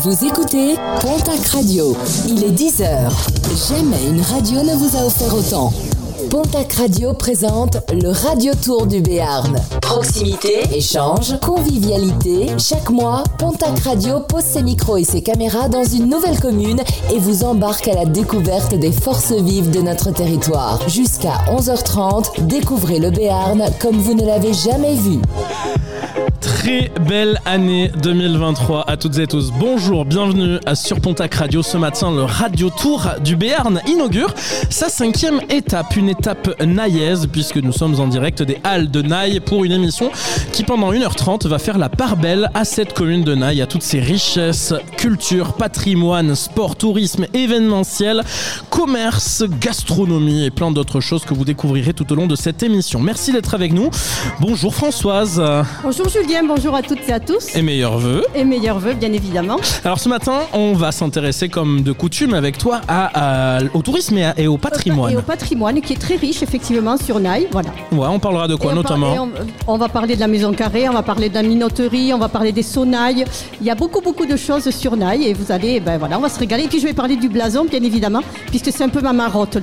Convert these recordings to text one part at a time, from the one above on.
Vous écoutez Pontac Radio. Il est 10h. Jamais une radio ne vous a offert autant. Pontac Radio présente le Radio Tour du Béarn. Proximité, échange, convivialité. Chaque mois, Pontac Radio pose ses micros et ses caméras dans une nouvelle commune et vous embarque à la découverte des forces vives de notre territoire. Jusqu'à 11h30, découvrez le Béarn comme vous ne l'avez jamais vu. Très belle année 2023 à toutes et tous. Bonjour, bienvenue sur Pontac Radio. Ce matin, le Radio Tour du Béarn inaugure sa 5e étape, une étape naïaise puisque nous sommes en direct des Halles de Naï pour une émission qui pendant 1h30 va faire la part belle à cette commune de Naï, à toutes ses richesses, culture, patrimoine, sport, tourisme, événementiel, commerce, gastronomie et plein d'autres choses que vous découvrirez tout au long de cette émission. Merci d'être avec nous. Bonjour Françoise. Bonjour Julien, bonjour à toutes et à tous. Et meilleurs vœux. Et meilleurs vœux, bien évidemment. Alors ce matin, on va s'intéresser comme de coutume avec toi au tourisme et au patrimoine. Et au patrimoine qui est très riche effectivement sur Naï, voilà. Ouais, on parlera de quoi notamment on va parler de la maison carrée, on va parler de la minoterie, on va parler des sonnailles. Il y a beaucoup de choses sur Naï et vous allez, on va se régaler. Et puis je vais parler du blason bien évidemment, puisque c'est un peu ma marotte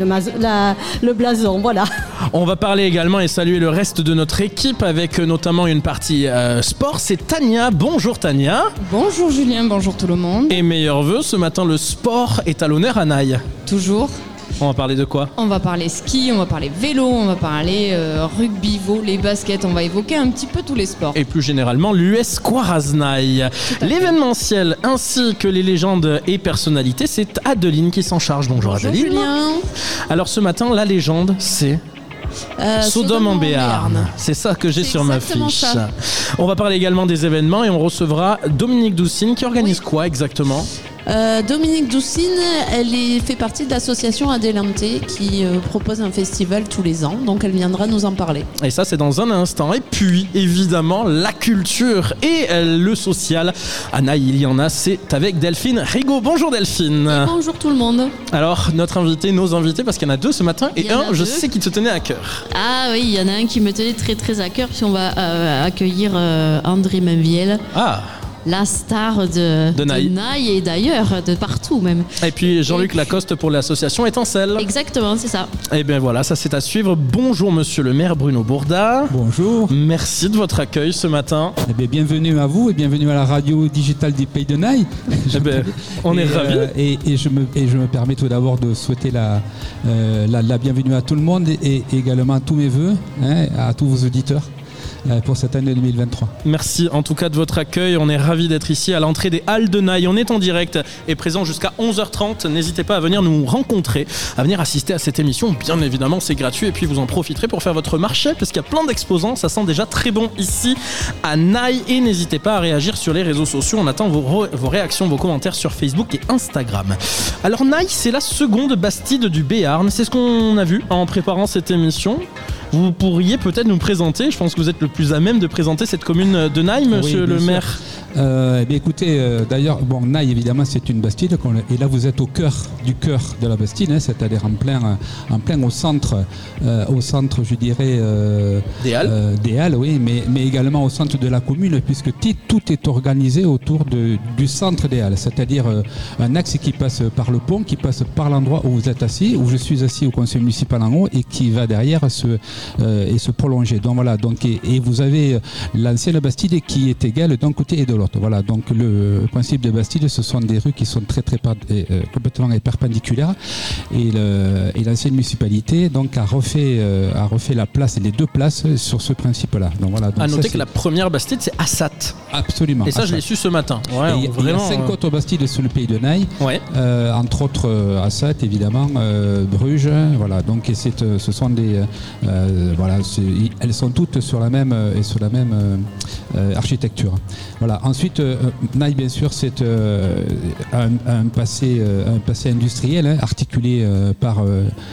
le blason, voilà. On va parler également et saluer le reste de notre équipe avec notamment une partie sport, c'est Tania. Bonjour Tania. Bonjour Julien, bonjour tout le monde. Et meilleurs vœux, ce matin le sport est à l'honneur à Naï. Toujours. On va parler de quoi ? On va parler ski, on va parler vélo, on va parler rugby, volley, basket, on va évoquer un petit peu tous les sports. Et plus généralement l'US Quaraznaï. L'événementiel ainsi que les légendes et personnalités, c'est Adeline qui s'en charge. Bonjour Adeline. Julien. Alors ce matin, la légende, c'est... Sodome en Béarn, c'est ça que j'ai sur ma fiche. Ça. On va parler également des événements et on recevra Dominique Doucine qui organise quoi exactement ? Dominique Doucine, elle fait partie de l'association Adelante qui propose un festival tous les ans, donc elle viendra nous en parler. Et ça c'est dans un instant. Et puis évidemment la culture et le social. Anna, il y en a, c'est avec Delphine Rigaud. Bonjour Delphine. Et bonjour tout le monde. Alors nos invités, parce qu'il y en a deux ce matin et un je sais qui te tenait à cœur. Ah oui, il y en a un qui me tenait très très à cœur puisqu'on va accueillir André Mainviel. Ah. La star de Naï et d'ailleurs de partout même. Et puis Jean-Luc Lacoste pour l'association Étincelle. Exactement, c'est ça. Et bien voilà, ça c'est à suivre. Bonjour monsieur le maire Bruno Bourda. Bonjour. Merci de votre accueil ce matin. Eh bien, bienvenue à vous et bienvenue à la radio digitale des Pays de Naï. On est ravis. Et je me permets tout d'abord de souhaiter la bienvenue à tout le monde et également à tous mes vœux, à tous vos auditeurs. Pour cette année 2023. Merci en tout cas de votre accueil. On est ravis d'être ici à l'entrée des Halles de Naï. On est en direct et présent jusqu'à 11h30. N'hésitez pas à venir nous rencontrer, à venir assister à cette émission. Bien évidemment, c'est gratuit et puis vous en profiterez pour faire votre marché parce qu'il y a plein d'exposants. Ça sent déjà très bon ici à Naï. Et n'hésitez pas à réagir sur les réseaux sociaux. On attend vos réactions, vos commentaires sur Facebook et Instagram. Alors Naï, c'est la seconde Bastide du Béarn. C'est ce qu'on a vu en préparant cette émission. Vous pourriez peut-être nous présenter, je pense que vous êtes le plus à même de présenter cette commune de Naï, monsieur le maire. Écoutez, d'ailleurs, Naï évidemment c'est une Bastide, et là vous êtes au cœur de la Bastide, c'est-à-dire en plein au centre, je dirais, des Halles, oui, mais également au centre de la commune, puisque tout est organisé autour du centre des Halles, c'est-à-dire un axe qui passe par le pont, qui passe par l'endroit où vous êtes assis, où je suis assis au conseil municipal en haut, et qui va derrière se prolonger. Donc voilà, et vous avez l'ancienne Bastide qui est égale d'un côté et de l'autre. Voilà, donc le principe de Bastide, ce sont des rues qui sont très complètement perpendiculaires, et l'ancienne municipalité donc a refait la place, les deux places sur ce principe-là. Donc voilà. Donc à noter que la première Bastide c'est Assat. Absolument. Et ça je l'ai su ce matin. Ouais, il y a 5 autres Bastides sur le pays de Naï. Ouais. Entre autres Assat évidemment, Bruges. Voilà. Donc ce sont des elles sont toutes sur la même architecture. Voilà. Ensuite, Naï, bien sûr, c'est un passé industriel, articulé par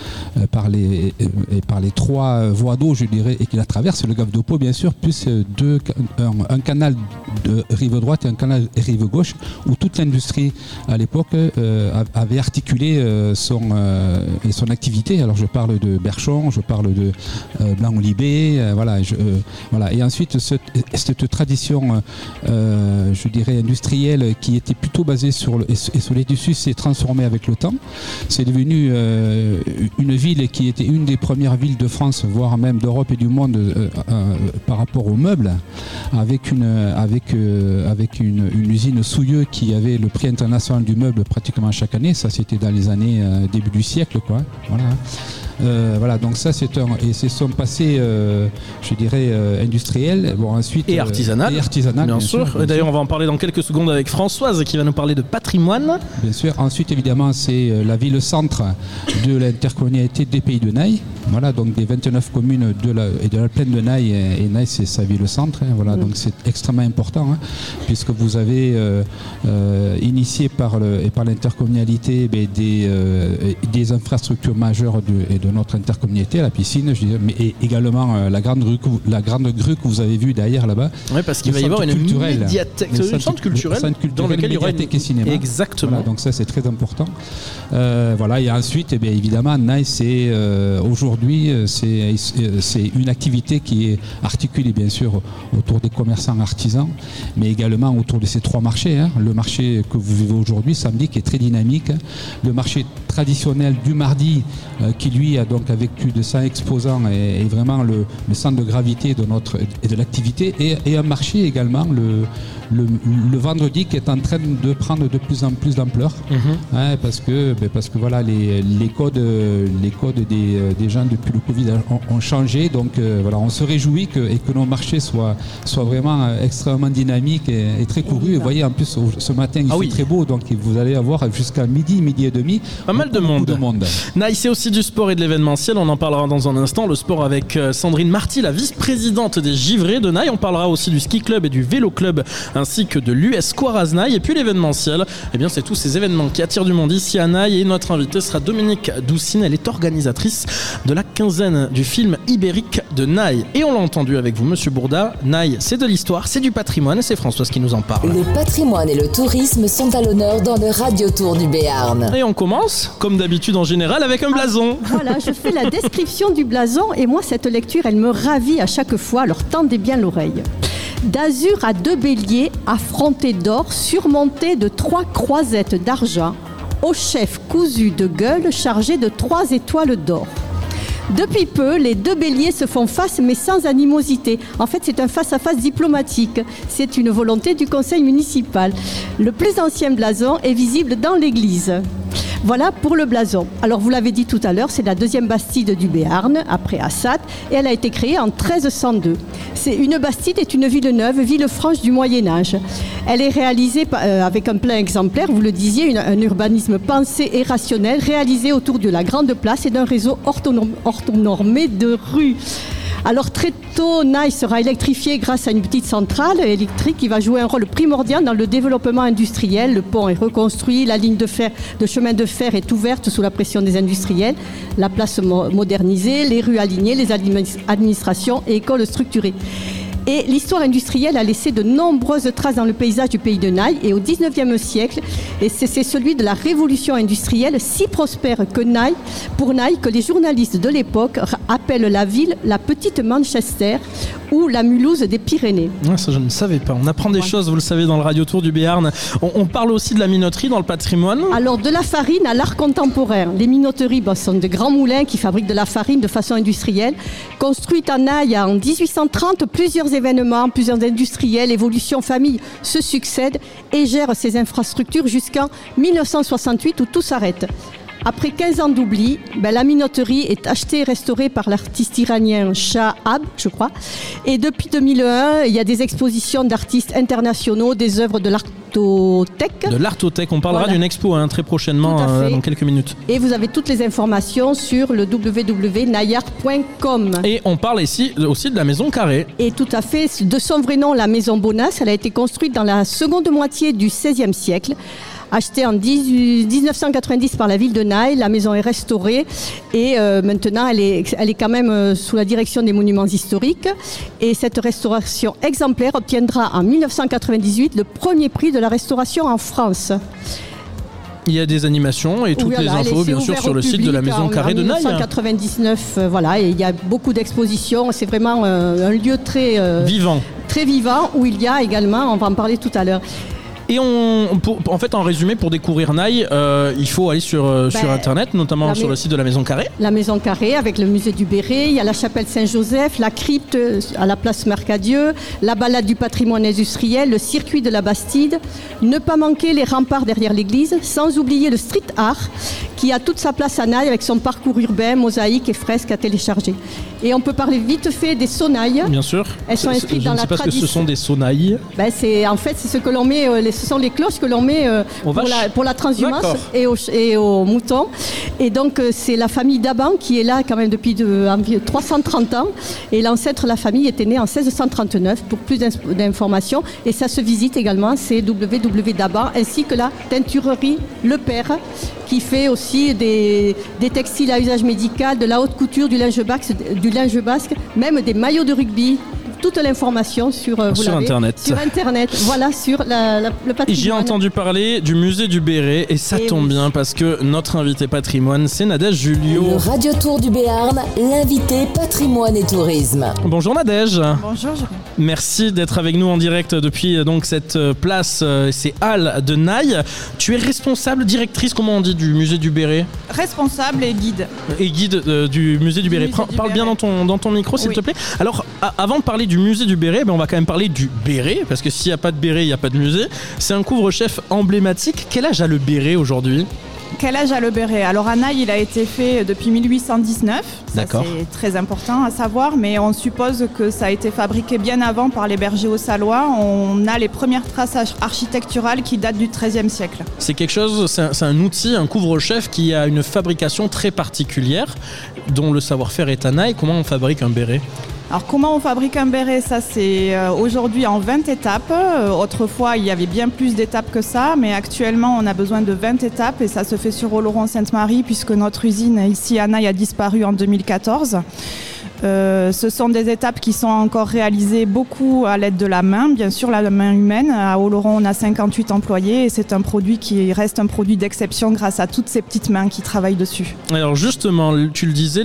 les trois voies d'eau, je dirais, et qui la traversent, le Gave de Pau, bien sûr, plus un canal de rive droite et un canal de rive gauche, où toute l'industrie à l'époque avait articulé son activité. Alors je parle de Berchon, je parle de Blanc-Olibé, voilà. Et ensuite cette tradition je dirais, industriel qui était plutôt basé sur les tissus s'est transformé avec le temps. C'est devenu une ville qui était une des premières villes de France, voire même d'Europe et du monde par rapport aux meubles, avec une usine Souilleux qui avait le prix international du meuble pratiquement chaque année. Ça, c'était dans les années début du siècle, quoi. Voilà, donc ça c'est son passé, je dirais, industriel, ensuite et artisanal, bien sûr. Et d'ailleurs, on va en parler dans quelques secondes avec Françoise qui va nous parler de patrimoine. Bien sûr. Ensuite, évidemment, c'est la ville-centre de l'intercommunalité des Pays de Naye. Voilà, donc des 29 communes de la plaine de Naye, et Naye c'est sa ville-centre. Voilà, donc c'est extrêmement important, puisque vous avez initié par l'intercommunalité des infrastructures majeures de notre intercommunauté, la piscine, je dirais, mais également la grande grue que vous avez vue derrière là-bas. Oui, parce qu'il va y avoir une médiathèque, un centre culturel dans lequel il y aura une et cinéma. Exactement. Voilà, donc ça c'est très important. Voilà, et ensuite, évidemment, Naye, c'est aujourd'hui, c'est une activité qui est articulée bien sûr autour des commerçants artisans, mais également autour de ces trois marchés. Le marché que vous vivez aujourd'hui, samedi, qui est très dynamique. Le marché traditionnel du mardi, qui lui a donc avec plus de 100 exposants et vraiment le centre de gravité de l'activité, et un marché également le vendredi qui est en train de prendre de plus en plus d'ampleur, parce que voilà, les codes des gens depuis le Covid ont changé, donc voilà, on se réjouit que nos marchés soient vraiment extrêmement dynamiques et très courus. Et vous voyez, en plus ce matin il fait très beau, donc vous allez avoir jusqu'à midi et demi pas mal de monde. Naye, c'est aussi du sport et de l'événementiel, on en parlera dans un instant. Le sport avec Sandrine Marty, la vice-présidente des Givrés de Naye. On parlera aussi du ski club et du vélo club, ainsi que de l'US Quaraz Naye. Et puis l'événementiel, c'est tous ces événements qui attirent du monde ici à Naye. Et notre invitée sera Dominique Doucine, elle est organisatrice de la quinzaine du film ibérique de Naye. Et on l'a entendu avec vous, Monsieur Bourda, Naye, c'est de l'histoire, c'est du patrimoine, et c'est Françoise qui nous en parle. Le patrimoine et le tourisme sont à l'honneur dans le Radio Tour du Béarn. Et on commence, comme d'habitude en général, avec un blason. Voilà, je fais la description du blason, et moi cette lecture, elle me ravit à chaque fois, alors tendez bien l'oreille. D'azur à 2 béliers, affrontés d'or, surmontés de 3 croisettes d'argent, au chef cousu de gueules chargé de 3 étoiles d'or. Depuis peu, les 2 béliers se font face, mais sans animosité. En fait, c'est un face-à-face diplomatique. C'est une volonté du conseil municipal. Le plus ancien blason est visible dans l'église. Voilà pour le blason. Alors, vous l'avez dit tout à l'heure, c'est la 2e bastide du Béarn, après Assat, et elle a été créée en 1302. Une bastide est une ville neuve, ville franche du Moyen-Âge. Elle est réalisée avec un plan exemplaire, vous le disiez, un urbanisme pensé et rationnel, réalisé autour de la grande place et d'un réseau orthonormé de rues. Alors très tôt, Naye sera électrifié grâce à une petite centrale électrique qui va jouer un rôle primordial dans le développement industriel. Le pont est reconstruit, la ligne de chemin de fer est ouverte sous la pression des industriels, la place modernisée, les rues alignées, les administrations et écoles structurées. Et l'histoire industrielle a laissé de nombreuses traces dans le paysage du pays de Naye. Et au XIXe siècle, et c'est celui de la révolution industrielle si prospère pour Naye que les journalistes de l'époque appellent la ville la petite Manchester ou la Mulhouse des Pyrénées. Ça, je ne savais pas. On apprend des choses, vous le savez, dans le Radio Tour du Béarn. On parle aussi de la minoterie dans le patrimoine. Alors, de la farine à l'art contemporain. Les minoteries sont de grands moulins qui fabriquent de la farine de façon industrielle. Construites à Naye en 1830, plusieurs événements, plusieurs industriels, évolution, famille se succèdent et gèrent ces infrastructures jusqu'en 1968 où tout s'arrête. Après 15 ans d'oubli, la minoterie est achetée et restaurée par l'artiste iranien Shah Ab, je crois. Et depuis 2001, il y a des expositions d'artistes internationaux, des œuvres de l'Artothèque. De l'Artothèque, on parlera d'une expo très prochainement, dans quelques minutes. Et vous avez toutes les informations sur le www.nayart.com. Et on parle ici aussi de la Maison Carrée. Et tout à fait, de son vrai nom, la Maison Bonas, elle a été construite dans la seconde moitié du XVIe siècle. Achetée en 1990 par la ville de Naye, la maison est restaurée et maintenant elle est quand même sous la direction des monuments historiques. Et cette restauration exemplaire obtiendra en 1998 le premier prix de la restauration en France. Il y a des animations et toutes les infos, bien sûr, sur le site de la Maison Carrée de Naye. En 1999, et il y a beaucoup d'expositions. C'est vraiment un lieu très très vivant où il y a également, on va en parler tout à l'heure. Et en fait, en résumé, pour découvrir Naï, il faut aller sur Internet, notamment sur le site de la Maison Carrée. La Maison Carrée avec le musée du Béret, il y a la chapelle Saint-Joseph, la crypte à la place Mercadieu, la balade du patrimoine industriel, le circuit de la Bastide. Ne pas manquer les remparts derrière l'église, sans oublier le street art qui a toute sa place à Naï avec son parcours urbain, mosaïque et fresques à télécharger. Et on peut parler vite fait des sonnailles. Bien sûr. Elles sont inscrites dans la tradition. Je ne sais pas ce que ce sont des sonnailles. C'est ce que l'on met, ce sont les cloches que l'on met pour la transhumance et aux moutons. Et donc c'est la famille d'Aban qui est là quand même depuis environ 330 ans. Et l'ancêtre de la famille était né en 1639. Pour plus d'informations, et ça se visite également, c'est www.d'Aban, ainsi que la teinturerie Le Père, qui fait aussi des textiles à usage médical, de la haute couture, du linge basque, même des maillots de rugby. Toute l'information sur Internet. Sur Internet, voilà, sur le patrimoine. J'ai entendu parler du musée du Béret et ça tombe bien parce que notre invité patrimoine, c'est Nadège Julio. Le Radio Tour du Béarn, l'invité patrimoine et tourisme. Bonjour Nadège. Bonjour. Merci d'être avec nous en direct depuis donc cette place, ces halles de Naï. Tu es responsable, directrice, comment on dit, du musée du Béret ? Responsable et guide. Et guide du musée du Béret. Parle bien dans ton micro, s'il te plaît. Alors, avant de parler du musée du Béret, on va quand même parler du béret, parce que s'il n'y a pas de béret, il n'y a pas de musée. C'est un couvre-chef emblématique. Quel âge a le béret aujourd'hui ? Quel âge a le béret ? Alors à Naï, il a été fait depuis 1819. D'accord. Ça, c'est très important à savoir, mais on suppose que ça a été fabriqué bien avant par les bergers haut-salois. On a les premières traces architecturales qui datent du XIIIe siècle. C'est quelque chose, c'est un outil, un couvre-chef qui a une fabrication très particulière, dont le savoir-faire est à Naï. Comment on fabrique un béret ? Alors comment on fabrique un béret ? Ça c'est aujourd'hui en 20 étapes. Autrefois il y avait bien plus d'étapes que ça, mais actuellement on a besoin de 20 étapes et ça se fait sur Oloron-Sainte-Marie puisque notre usine ici à Naï a disparu en 2014. Ce sont des étapes qui sont encore réalisées beaucoup à l'aide de la main, bien sûr la main humaine. À Oloron on a 58 employés et c'est un produit qui reste un produit d'exception grâce à toutes ces petites mains qui travaillent dessus. Alors justement, tu le disais,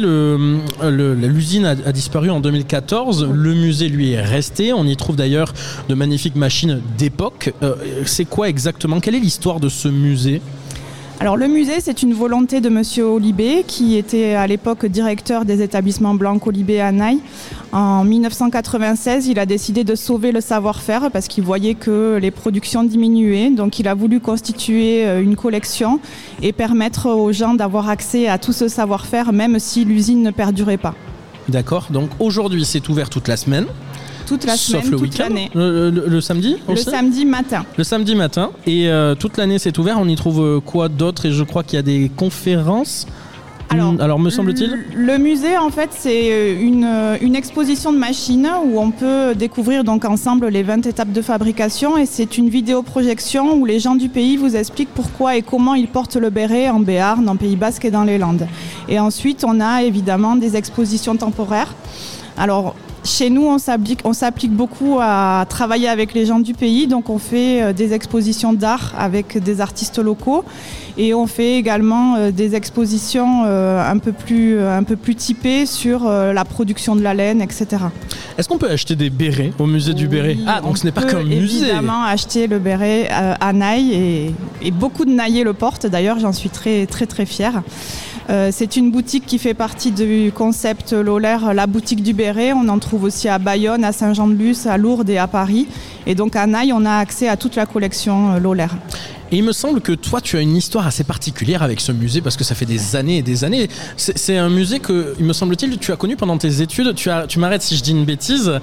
l'usine a disparu en 2014, le musée lui est resté, on y trouve d'ailleurs de magnifiques machines d'époque. C'est quoi exactement ? Quelle est l'histoire de ce musée ? Alors le musée, c'est une volonté de Monsieur Olibé, qui était à l'époque directeur des établissements Blanc-Olibé à Naï. En 1996, il a décidé de sauver le savoir-faire parce qu'il voyait que les productions diminuaient. Donc il a voulu constituer une collection et permettre aux gens d'avoir accès à tout ce savoir-faire, même si l'usine ne perdurait pas. D'accord, donc aujourd'hui c'est ouvert toute la semaine. Toute la semaine, sauf le toute week-end. l'année. Le samedi aussi ? Le samedi matin. Le samedi matin. Et toute l'année c'est ouvert. On y trouve quoi d'autre ? Et je crois qu'il y a des conférences. Alors me semble-t-il ? Le musée, en fait, c'est une exposition de machines où on peut découvrir donc ensemble les 20 étapes de fabrication. Et c'est une vidéoprojection où les gens du pays vous expliquent pourquoi et comment ils portent le béret en Béarn, en Pays Basque et dans les Landes. Et ensuite, on a évidemment des expositions temporaires. Alors, chez nous, on s'applique beaucoup à travailler avec les gens du pays, donc on fait des expositions d'art avec des artistes locaux et on fait également des expositions un peu plus typées sur la production de la laine, etc. Est-ce qu'on peut acheter des bérets au musée du Béret ? Ah, donc ce n'est pas qu'un musée. On peut évidemment acheter le béret à Naï et beaucoup de Naïais le portent, d'ailleurs j'en suis très très très fière. C'est une boutique qui fait partie du concept Lolaire, la boutique du béret. On en trouve aussi à Bayonne, à Saint-Jean-de-Luz, à Lourdes et à Paris. Et donc à Naï, on a accès à toute la collection Lolaire. Et il me semble que toi, tu as une histoire assez particulière avec ce musée parce que ça fait des années et des années. C'est un musée que, il me semble-t-il, tu as connu pendant tes études. Tu m'arrêtes si je dis une bêtise.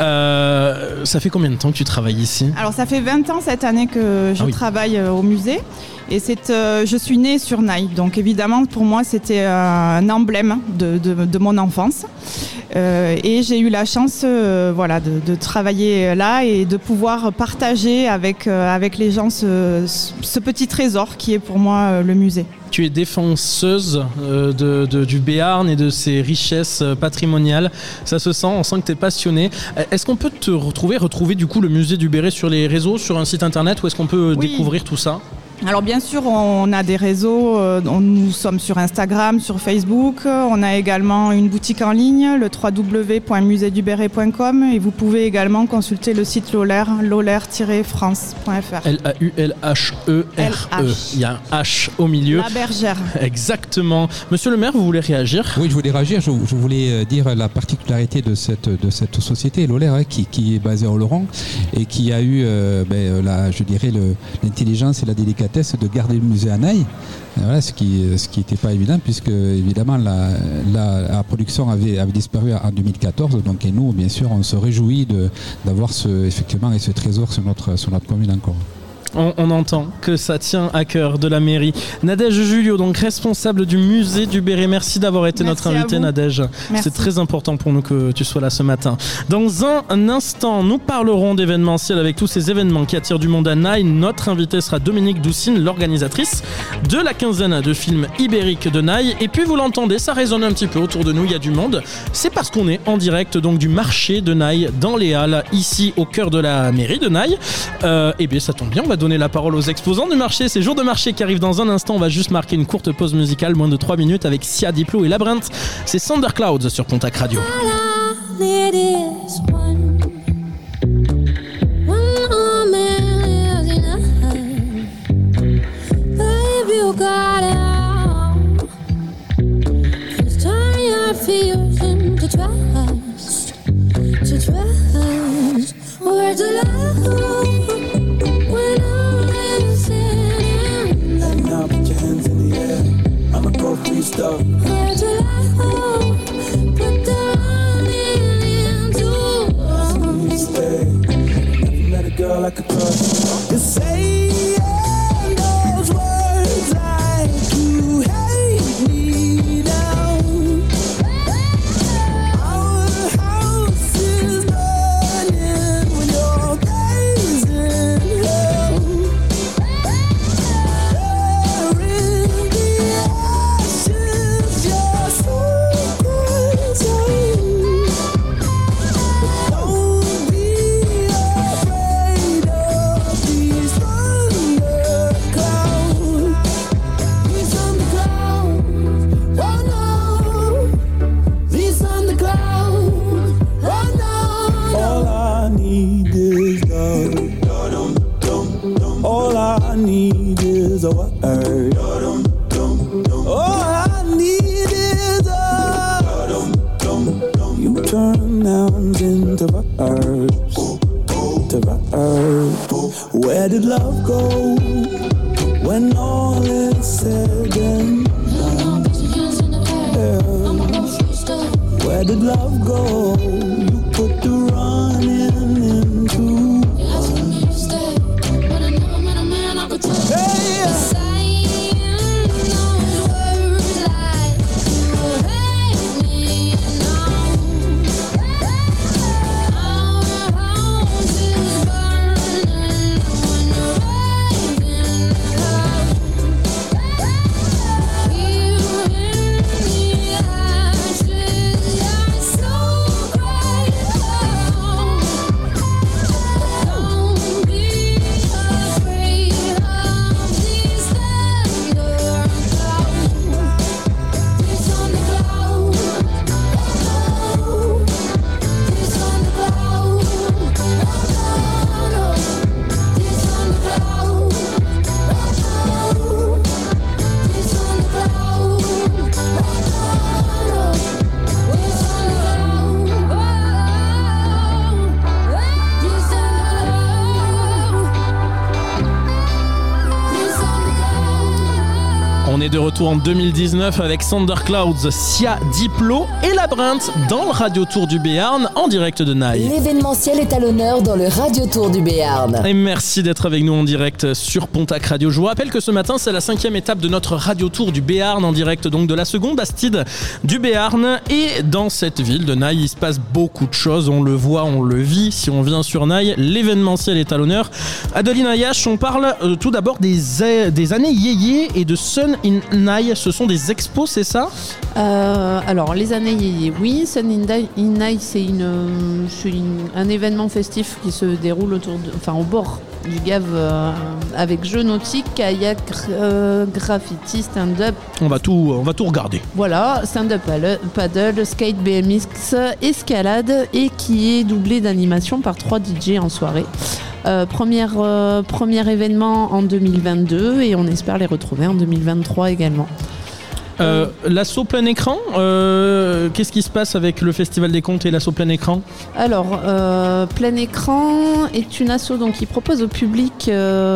Ça fait combien de temps que tu travailles ici ? Alors ça fait 20 ans cette année que je travaille au musée. Et je suis née sur Naï, donc évidemment pour moi c'était un emblème de mon enfance. Et j'ai eu la chance de travailler là et de pouvoir partager avec les gens ce petit trésor qui est pour moi le musée. Tu es défenseuse du Béarn et de ses richesses patrimoniales. Ça se sent, on sent que tu es passionnée. Est-ce qu'on peut te retrouver du coup le musée du Béret sur les réseaux, sur un site internet, où est-ce qu'on peut découvrir tout ça ? Alors bien sûr, on a des réseaux, nous sommes sur Instagram, sur Facebook, on a également une boutique en ligne, le www.museedubéret.com et vous pouvez également consulter le site Laulher, laulher-france.fr. L-A-U-L-H-E-R-E. Il y a un H au milieu. La bergère. Exactement. Monsieur le maire, vous voulez réagir ? Oui, je voulais réagir. Je voulais dire la particularité de cette société, Laulher, qui est basée à Oloron et qui a eu, l'intelligence et la délicatesse de garder le musée à Naï. Voilà, ce qui n'était pas évident puisque évidemment la production avait disparu en 2014. Donc et nous, bien sûr, on se réjouit d'avoir effectivement ce trésor sur notre commune encore. On entend que ça tient à cœur de la mairie. Nadège Julio, donc responsable du musée du Béret. Merci d'avoir été notre invitée, Nadège. Merci. C'est très important pour nous que tu sois là ce matin. Dans un instant, nous parlerons d'événementiel avec tous ces événements qui attirent du monde à Naï. Notre invitée sera Dominique Doucine, l'organisatrice de la quinzaine de films ibériques de Naï. Et puis vous l'entendez, ça résonne un petit peu autour de nous, il y a du monde. C'est parce qu'on est en direct donc du marché de Naï dans les Halles, ici au cœur de la mairie de Naï. Et bien ça tombe bien, on va donner la parole aux exposants du marché. C'est Jour de marché qui arrive dans un instant. On va juste marquer une courte pause musicale, moins de 3 minutes, avec Sia, Diplo et Labyrinthe. C'est Thunderclouds sur Pontac Radio. Stuff. Met a girl like a crush. You're saying those words like you hate me now. Our house is burning when your days in hell. There in the ashes, your secret time. Don't be afraid of these thunderclouds. These thunderclouds, oh no. These thunderclouds, oh no. All I need is love. All I need is a word. All I need is a. You turn nouns into verbs. To verbs. Where did love go when all is said and done? Yeah. Where did love go? You put the running into. Hey, On est de retour en 2019 avec Thunderclouds, Sia, Diplo et Labyrinthe dans le Radio Tour du Béarn en direct de Naï. L'événementiel est à l'honneur dans le Radio Tour du Béarn. Et merci d'être avec nous en direct sur Pontac Radio. Je vous rappelle que ce matin, c'est la 5e étape de notre Radio Tour du Béarn en direct donc de la seconde bastide du Béarn. Et dans cette ville de Naï, il se passe beaucoup de choses. On le voit, on le vit. Si on vient sur Naï, l'événementiel est à l'honneur. Adeline Ayache, on parle tout d'abord des années yéyé et de Sun in Naï. Ce sont des expos, c'est ça ? Alors, les années yéyé, oui. Sun in Naï, c'est un événement festif qui se déroule au bord du GAV avec jeux nautiques, kayak, graffiti, stand-up. On va tout regarder. Voilà, stand-up paddle, skate, BMX, escalade et qui est doublé d'animation par 3 DJ en soirée. Premier événement en 2022 et on espère les retrouver en 2023 également. L'assaut plein écran, qu'est-ce qui se passe avec le Festival des Contes et l'assaut plein écran ? Alors, Plein Écran est une asso donc, qui propose au public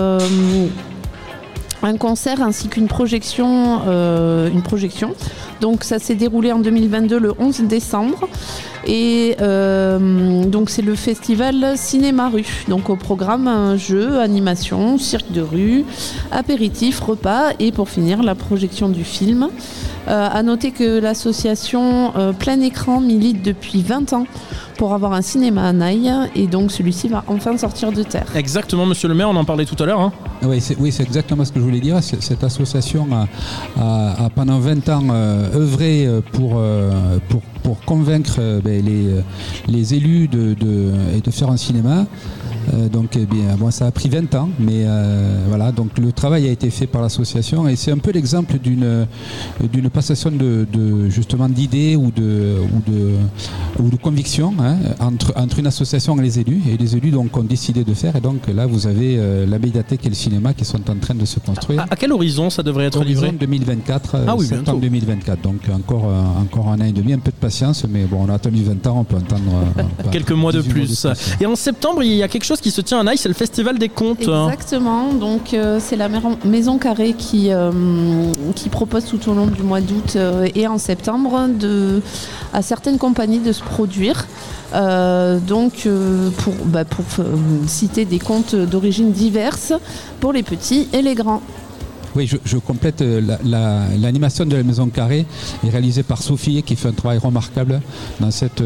un concert ainsi qu'une projection. Donc ça s'est déroulé en 2022 le 11 décembre et donc c'est le festival Cinéma Rue. Donc au programme jeux, animation, cirque de rue, apéritif, repas et pour finir la projection du film. À noter que l'association Plein Écran milite depuis 20 ans pour avoir un cinéma à Naï et donc celui-ci va enfin sortir de terre. Exactement, monsieur le maire, on en parlait tout à l'heure. Hein. Oui, c'est exactement ce que je voulais dire. Cette association a pendant 20 ans œuvré pour convaincre les élus de faire un cinéma. Donc ça a pris 20 ans, mais voilà, donc le travail a été fait par l'association et c'est un peu l'exemple d'une passation justement d'idées ou de convictions entre une association et les élus donc ont décidé de faire et donc là vous avez la médiathèque et le cinéma qui sont en train de se construire. À quel horizon ça devrait être livré ? 2024, septembre 2024, donc encore un an et demi, un peu de patience, mais bon, on a attendu 20 ans, on peut attendre quelques mois de plus. Et en septembre, il y a quelque chose qui se tient à Naï, c'est le Festival des Contes. Exactement, donc c'est la Maison Carrée qui propose tout au long du mois d'août et en septembre à certaines compagnies de se produire. Pour citer des contes d'origine diverses pour les petits et les grands. Oui, je complète. L'animation de la Maison Carrée est réalisée par Sophie qui fait un travail remarquable dans cette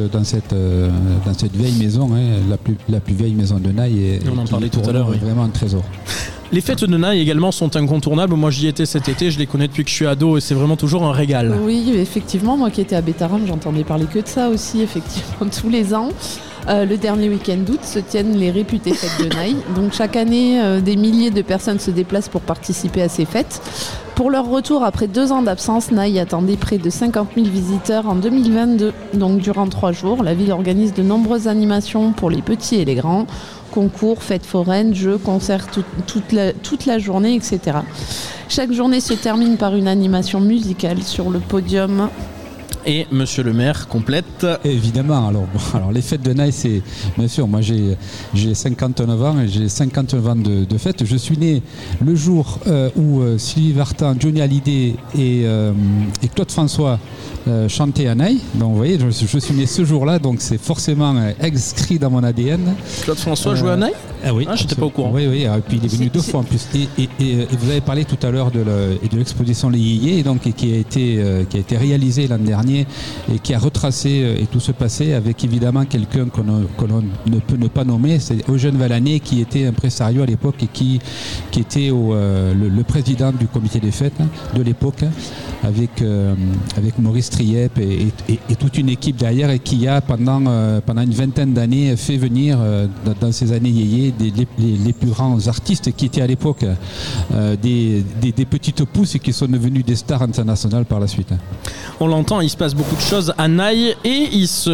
vieille maison, la plus vieille maison de Naï. Et on en parlait tout à l'heure. Vraiment un trésor. Les fêtes de Naï également sont incontournables. Moi, j'y étais cet été, je les connais depuis que je suis ado et c'est vraiment toujours un régal. Oui, effectivement. Moi qui étais à Bétharram, j'entendais parler que de ça aussi, effectivement, tous les ans. Le dernier week-end d'août se tiennent les réputées fêtes de Naï. Donc chaque année, des milliers de personnes se déplacent pour participer à ces fêtes. Pour leur retour après 2 ans d'absence, Naï attendait près de 50 000 visiteurs en 2022. Donc durant 3 jours, la ville organise de nombreuses animations pour les petits et les grands, concours, fêtes foraines, jeux, concerts toute la journée, etc. Chaque journée se termine par une animation musicale sur le podium. Et monsieur le maire complète. Évidemment, alors les fêtes de Naï, c'est bien sûr, moi j'ai 59 ans et j'ai 59 ans de fêtes. Je suis né le jour où Sylvie Vartan, Johnny Hallyday et Claude François chantaient à Naï. Donc vous voyez, je suis né ce jour-là, donc c'est forcément inscrit dans mon ADN. Claude François jouait à Naï ? Ah oui. J'étais pas au courant. Oui, et puis il est venu 2 fois en plus. Et vous avez parlé tout à l'heure de l'exposition Les Yéyés, donc qui a été réalisée l'an dernier et qui a retracé et tout ce passé avec évidemment quelqu'un qu'on ne peut ne pas nommer, c'est Eugène Vallané qui était impresario à l'époque et qui était le président du comité des fêtes de l'époque avec Maurice Triep et toute une équipe derrière et qui a pendant une vingtaine d'années fait venir dans ces années yéyé les plus grands artistes qui étaient à l'époque des petites pousses et qui sont devenus des stars internationales par la suite. On l'entend, il se passe beaucoup de choses à Naï et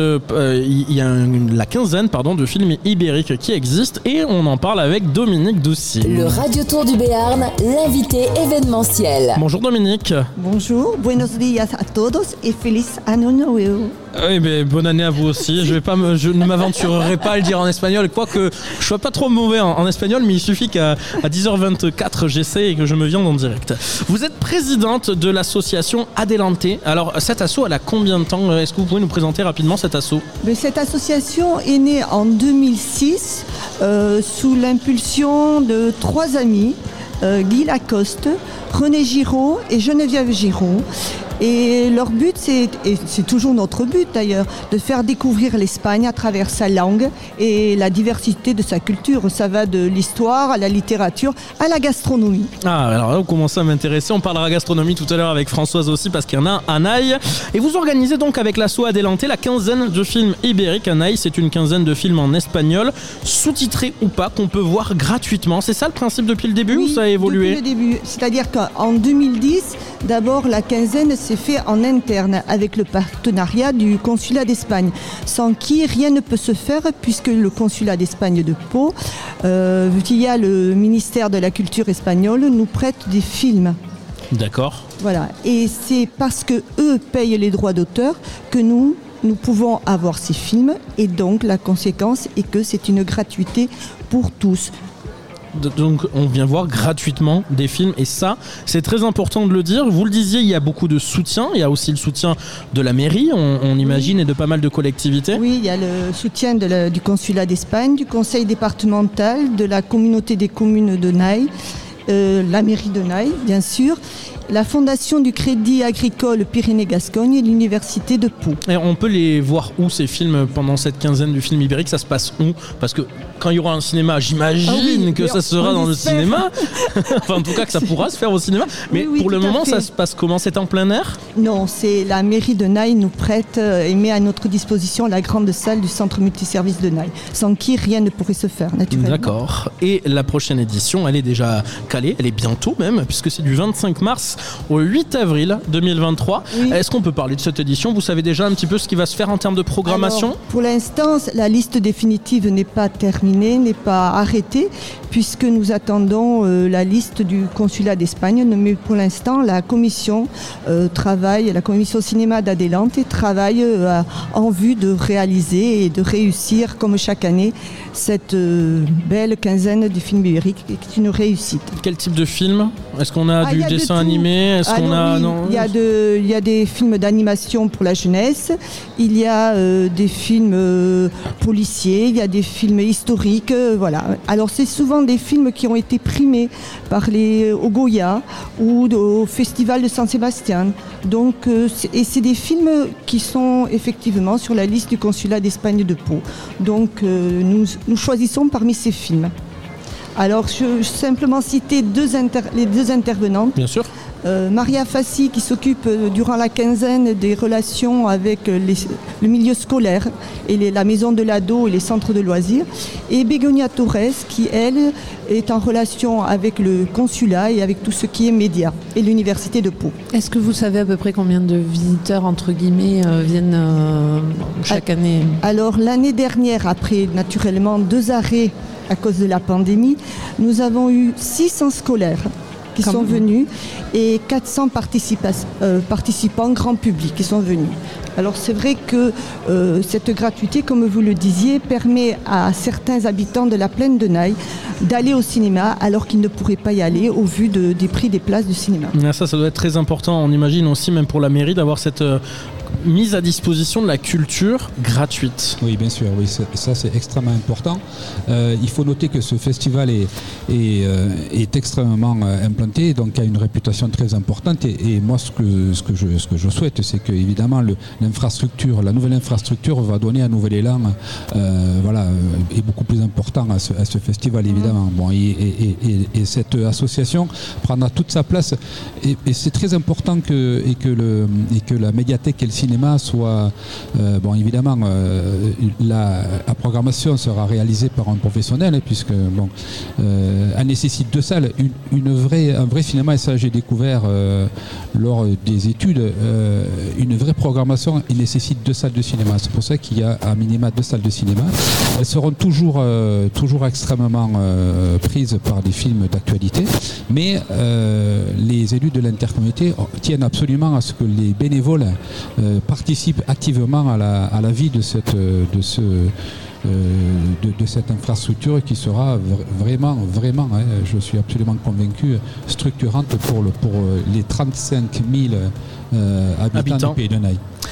il y a la quinzaine de films ibériques qui existent et on en parle avec Dominique Doucy. Le Radio Tour du Béarn, l'invité événementiel. Bonjour Dominique. Bonjour, buenos días a todos et feliz año nuevo. Oui, mais bonne année à vous aussi. Je ne m'aventurerai pas à le dire en espagnol, quoique je sois pas trop mauvais en espagnol, mais il suffit qu'à 10h24 j'essaie et que je me viande en direct. Vous êtes présidente de l'association Adelante. Alors cette asso, elle a combien de temps ? Est-ce que vous pouvez nous présenter rapidement cette asso ? Cette association est née en 2006 sous l'impulsion de 3 amis, Guy Lacoste, René Giraud et Geneviève Giraud. Et leur but, et c'est toujours notre but d'ailleurs, de faire découvrir l'Espagne à travers sa langue et la diversité de sa culture. Ça va de l'histoire à la littérature, à la gastronomie. Ah, alors là, vous commencez à m'intéresser. On parlera gastronomie tout à l'heure avec Françoise aussi, parce qu'il y en a un Naï. Et vous organisez donc avec l'asso Adelante la quinzaine de films ibériques. Un Naï, c'est une quinzaine de films en espagnol, sous-titrés ou pas, qu'on peut voir gratuitement. C'est ça le principe depuis le début, ou ça a évolué? Depuis le début. C'est-à-dire qu'en 2010, d'abord la quinzaine s'est fait en interne avec le partenariat du consulat d'Espagne, sans qui rien ne peut se faire, puisque le consulat d'Espagne de Pau, via le ministère de la Culture espagnole, nous prête des films. D'accord. Voilà. Et c'est parce que eux payent les droits d'auteur que nous pouvons avoir ces films, et donc la conséquence est que c'est une gratuité pour tous. Donc on vient voir gratuitement des films, et ça c'est très important de le dire. Vous le disiez, il y a beaucoup de soutien, il y a aussi le soutien de la mairie, on imagine, et de pas mal de collectivités. Oui, il y a le soutien du consulat d'Espagne, du conseil départemental, de la communauté des communes de Naï, la mairie de Naï bien sûr, la fondation du Crédit Agricole Pyrénées-Gascogne et l'université de Pau. Et on peut les voir où, ces films, pendant cette quinzaine du film ibérique? Ça se passe où? Parce que quand il y aura un cinéma, j'imagine que ça sera dans le cinéma. Enfin, en tout cas, que ça pourra se faire au cinéma. Mais pour le moment, ça se passe comment? C'est en plein air? Non, c'est la mairie de Naï nous prête et met à notre disposition la grande salle du centre multiservice de Naï, sans qui rien ne pourrait se faire, naturellement. D'accord. Et la prochaine édition, elle est déjà calée, elle est bientôt même, puisque c'est du 25 mars au 8 avril 2023. Oui. Est-ce qu'on peut parler de cette édition? Vous savez déjà un petit peu ce qui va se faire en termes de programmation? Alors, pour l'instant, la liste définitive n'est pas terminée, n'est pas arrêtée, puisque nous attendons la liste du consulat d'Espagne. Mais pour l'instant, la commission travaille, la commission cinéma d'Adelante travaille en vue de réaliser et de réussir, comme chaque année, cette belle quinzaine de films ibériques, qui est une réussite. Quel type de film? Est-ce qu'on a du dessin animé? Est-ce qu'on a... Non, il y a des films d'animation pour la jeunesse, il y a des films policiers, il y a des films historiques, voilà. Alors c'est souvent des films qui ont été primés au Goya ou au Festival de San Sébastien. Donc, et c'est des films qui sont effectivement sur la liste du consulat d'Espagne de Pau. Donc nous choisissons parmi ces films. Alors, je simplement citer les deux intervenantes. Bien sûr. Maria Fassi, qui s'occupe durant la quinzaine des relations avec le milieu scolaire et la maison de l'ado et les centres de loisirs. Et Bégonia Torres, qui, elle, est en relation avec le consulat et avec tout ce qui est médias et l'université de Pau. Est-ce que vous savez à peu près combien de visiteurs, entre guillemets, viennent chaque année? Alors, l'année dernière, après naturellement 2 arrêts à cause de la pandémie, nous avons eu 600 scolaires qui sont venus et 400 participants grand public qui sont venus. Alors c'est vrai que cette gratuité, comme vous le disiez, permet à certains habitants de la plaine de Naï d'aller au cinéma alors qu'ils ne pourraient pas y aller au vu des prix des places de cinéma. Ça doit être très important, on imagine aussi même pour la mairie d'avoir cette mise à disposition de la culture gratuite. Oui, bien sûr, oui, ça c'est extrêmement important. Il faut noter que ce festival est extrêmement implanté, donc a une réputation très importante. Et moi, ce que je souhaite, c'est que évidemment la nouvelle infrastructure va donner un nouvel élan, est beaucoup plus important à ce festival évidemment. Bon, et cette association prendra toute sa place. Et c'est très important que la médiathèque et le cinéma soient évidemment la programmation sera réalisée par un professionnel, puisque elle nécessite 2 salles, un vrai cinéma, et ça j'ai découvert lors des études, une vraie programmation, il nécessite 2 salles de cinéma. C'est pour ça qu'il y a à minima 2 salles de cinéma. Elles seront toujours extrêmement prises par des films d'actualité, mais les élus de l'intercommunauté tiennent absolument à ce que les bénévoles participent activement à la vie de cette infrastructure qui sera vraiment, je suis absolument convaincu, structurante pour les 35 000 habitants du Pays de Naï.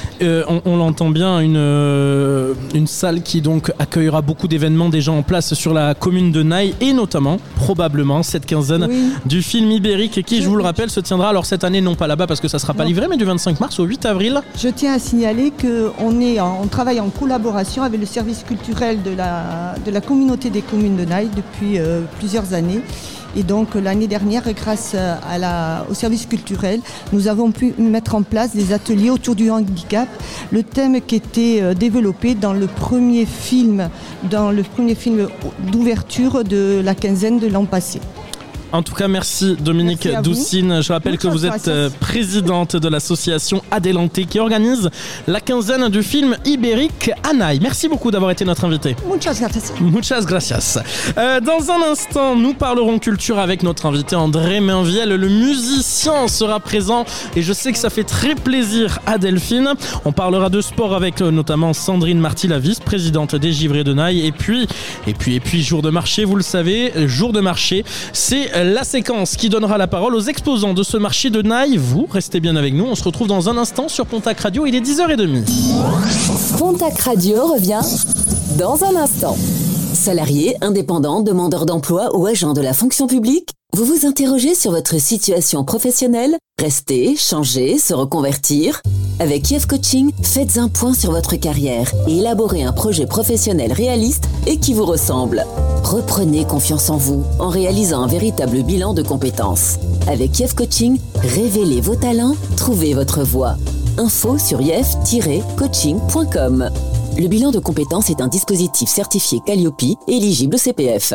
On l'entend bien, une salle qui donc accueillera beaucoup d'événements déjà en place sur la commune de Naï et notamment, probablement, cette quinzaine du film ibérique qui, je vous le rappelle, se tiendra alors cette année non pas là-bas parce que ça ne sera pas livré, mais du 25 mars au 8 avril. Je tiens à signaler qu'on travaille en collaboration avec le service culturel de la communauté des communes de Naï depuis plusieurs années. Et donc l'année dernière, grâce au service culturel, nous avons pu mettre en place des ateliers autour du handicap. Le thème qui était développé dans le premier film d'ouverture de la quinzaine de l'an passé. En tout cas, merci Dominique Doucine. Je rappelle que vous êtes présidente de l'association Adelante qui organise la quinzaine du film ibérique à Naï. Merci beaucoup d'avoir été notre invité. Muchas gracias. Dans un instant, nous parlerons culture avec notre invité André Mainviel. Le musicien sera présent et je sais que ça fait très plaisir à Delphine. On parlera de sport avec notamment Sandrine Marty, la vice-présidente des Givrés de Naï. Et puis, jour de marché, vous le savez, jour de marché, c'est la séquence qui donnera la parole aux exposants de ce marché de Naï. Vous restez bien avec nous, on se retrouve dans un instant sur Pontac Radio, il est 10h30. Pontac Radio revient dans un instant. Salariés, indépendants, demandeurs d'emploi ou agents de la fonction publique, vous vous interrogez sur votre situation professionnelle? Rester, changer, se reconvertir? Avec IF Coaching, faites un point sur votre carrière et élaborez un projet professionnel réaliste et qui vous ressemble. Reprenez confiance en vous en réalisant un véritable bilan de compétences. Avec IF Coaching, révélez vos talents, trouvez votre voie. Info sur if-coaching.com. Le bilan de compétences est un dispositif certifié Calliope, éligible au CPF.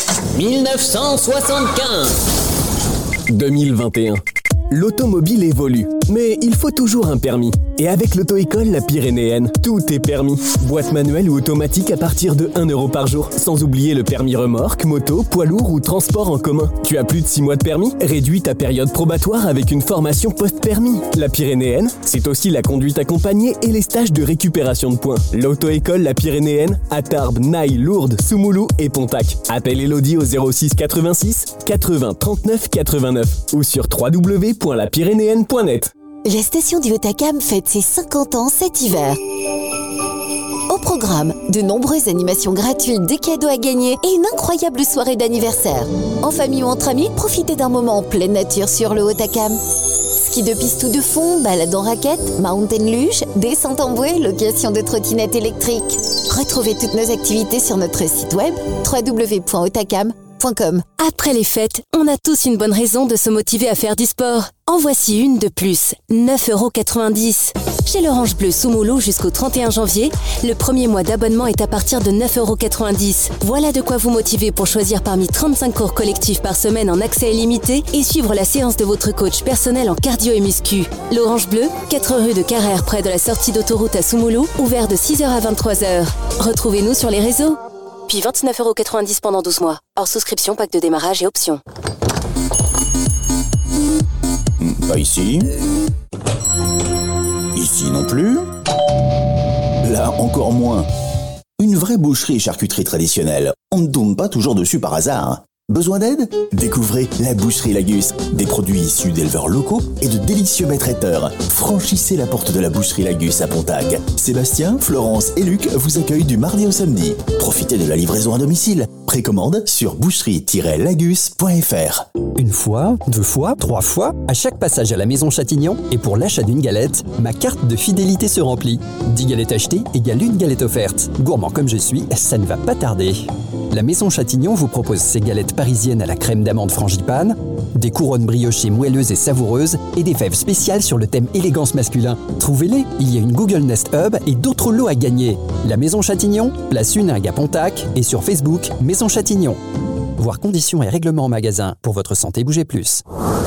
1975. 2021. L'automobile évolue, mais il faut toujours un permis. Et avec l'auto-école La Pyrénéenne, tout est permis. Boîte manuelle ou automatique à partir de 1 € par jour. Sans oublier le permis remorque, moto, poids lourd ou transport en commun. Tu as plus de 6 mois de permis? Réduis ta période probatoire avec une formation post-permis. La Pyrénéenne, c'est aussi la conduite accompagnée et les stages de récupération de points. L'auto-école La Pyrénéenne à Tarbes, Naï, Lourdes, Soumoulou et Pontac. Appelle Elodie au 06 86 80 39 89 ou sur www.lapyrénéenne.net. La station du Hautacam fête ses 50 ans cet hiver. Au programme, de nombreuses animations gratuites, des cadeaux à gagner et une incroyable soirée d'anniversaire. En famille ou entre amis, profitez d'un moment en pleine nature sur le Hautacam. Ski de piste ou de fond, balade en raquette, mountain luge, descente en bouée, location de trottinettes électriques. Retrouvez toutes nos activités sur notre site web www.hautacam.com. Après les fêtes, on a tous une bonne raison de se motiver à faire du sport. En voici une de plus, 9,90 €. Chez l'Orange Bleu Soumoulou jusqu'au 31 janvier, le premier mois d'abonnement est à partir de 9,90 €. Voilà de quoi vous motiver pour choisir parmi 35 cours collectifs par semaine en accès illimité et suivre la séance de votre coach personnel en cardio et muscu. L'Orange Bleu, 4 rue de Carrère près de la sortie d'autoroute à Soumoulou, ouvert de 6h à 23h. Retrouvez-nous sur les réseaux. Puis 29,90 € pendant 12 mois. Hors souscription, pack de démarrage et options. Pas ici. Ici non plus. Là encore moins. Une vraie boucherie et charcuterie traditionnelle. On ne tombe pas toujours dessus par hasard. Besoin d'aide? Découvrez la Boucherie Lagus. Des produits issus d'éleveurs locaux et de délicieux maîtres traiteurs. Franchissez la porte de la Boucherie Lagus à Pontac. Sébastien, Florence et Luc vous accueillent du mardi au samedi. Profitez de la livraison à domicile. Précommande sur boucherie-lagus.fr. Une fois, 2 fois, 3 fois, à chaque passage à la Maison Châtillon et pour l'achat d'une galette, ma carte de fidélité se remplit. 10 galettes achetées égale une galette offerte. Gourmand comme je suis, ça ne va pas tarder. La Maison Châtillon vous propose ses galettes parisiennes à la crème d'amande frangipane, des couronnes briochées moelleuses et savoureuses et des fèves spéciales sur le thème élégance masculin. Trouvez-les, il y a une Google Nest Hub et d'autres lots à gagner. La Maison Châtillon, place Uningue à Pontac et sur Facebook Maison Châtillon. Voir conditions et règlements en magasin. Pour votre santé, bougez plus.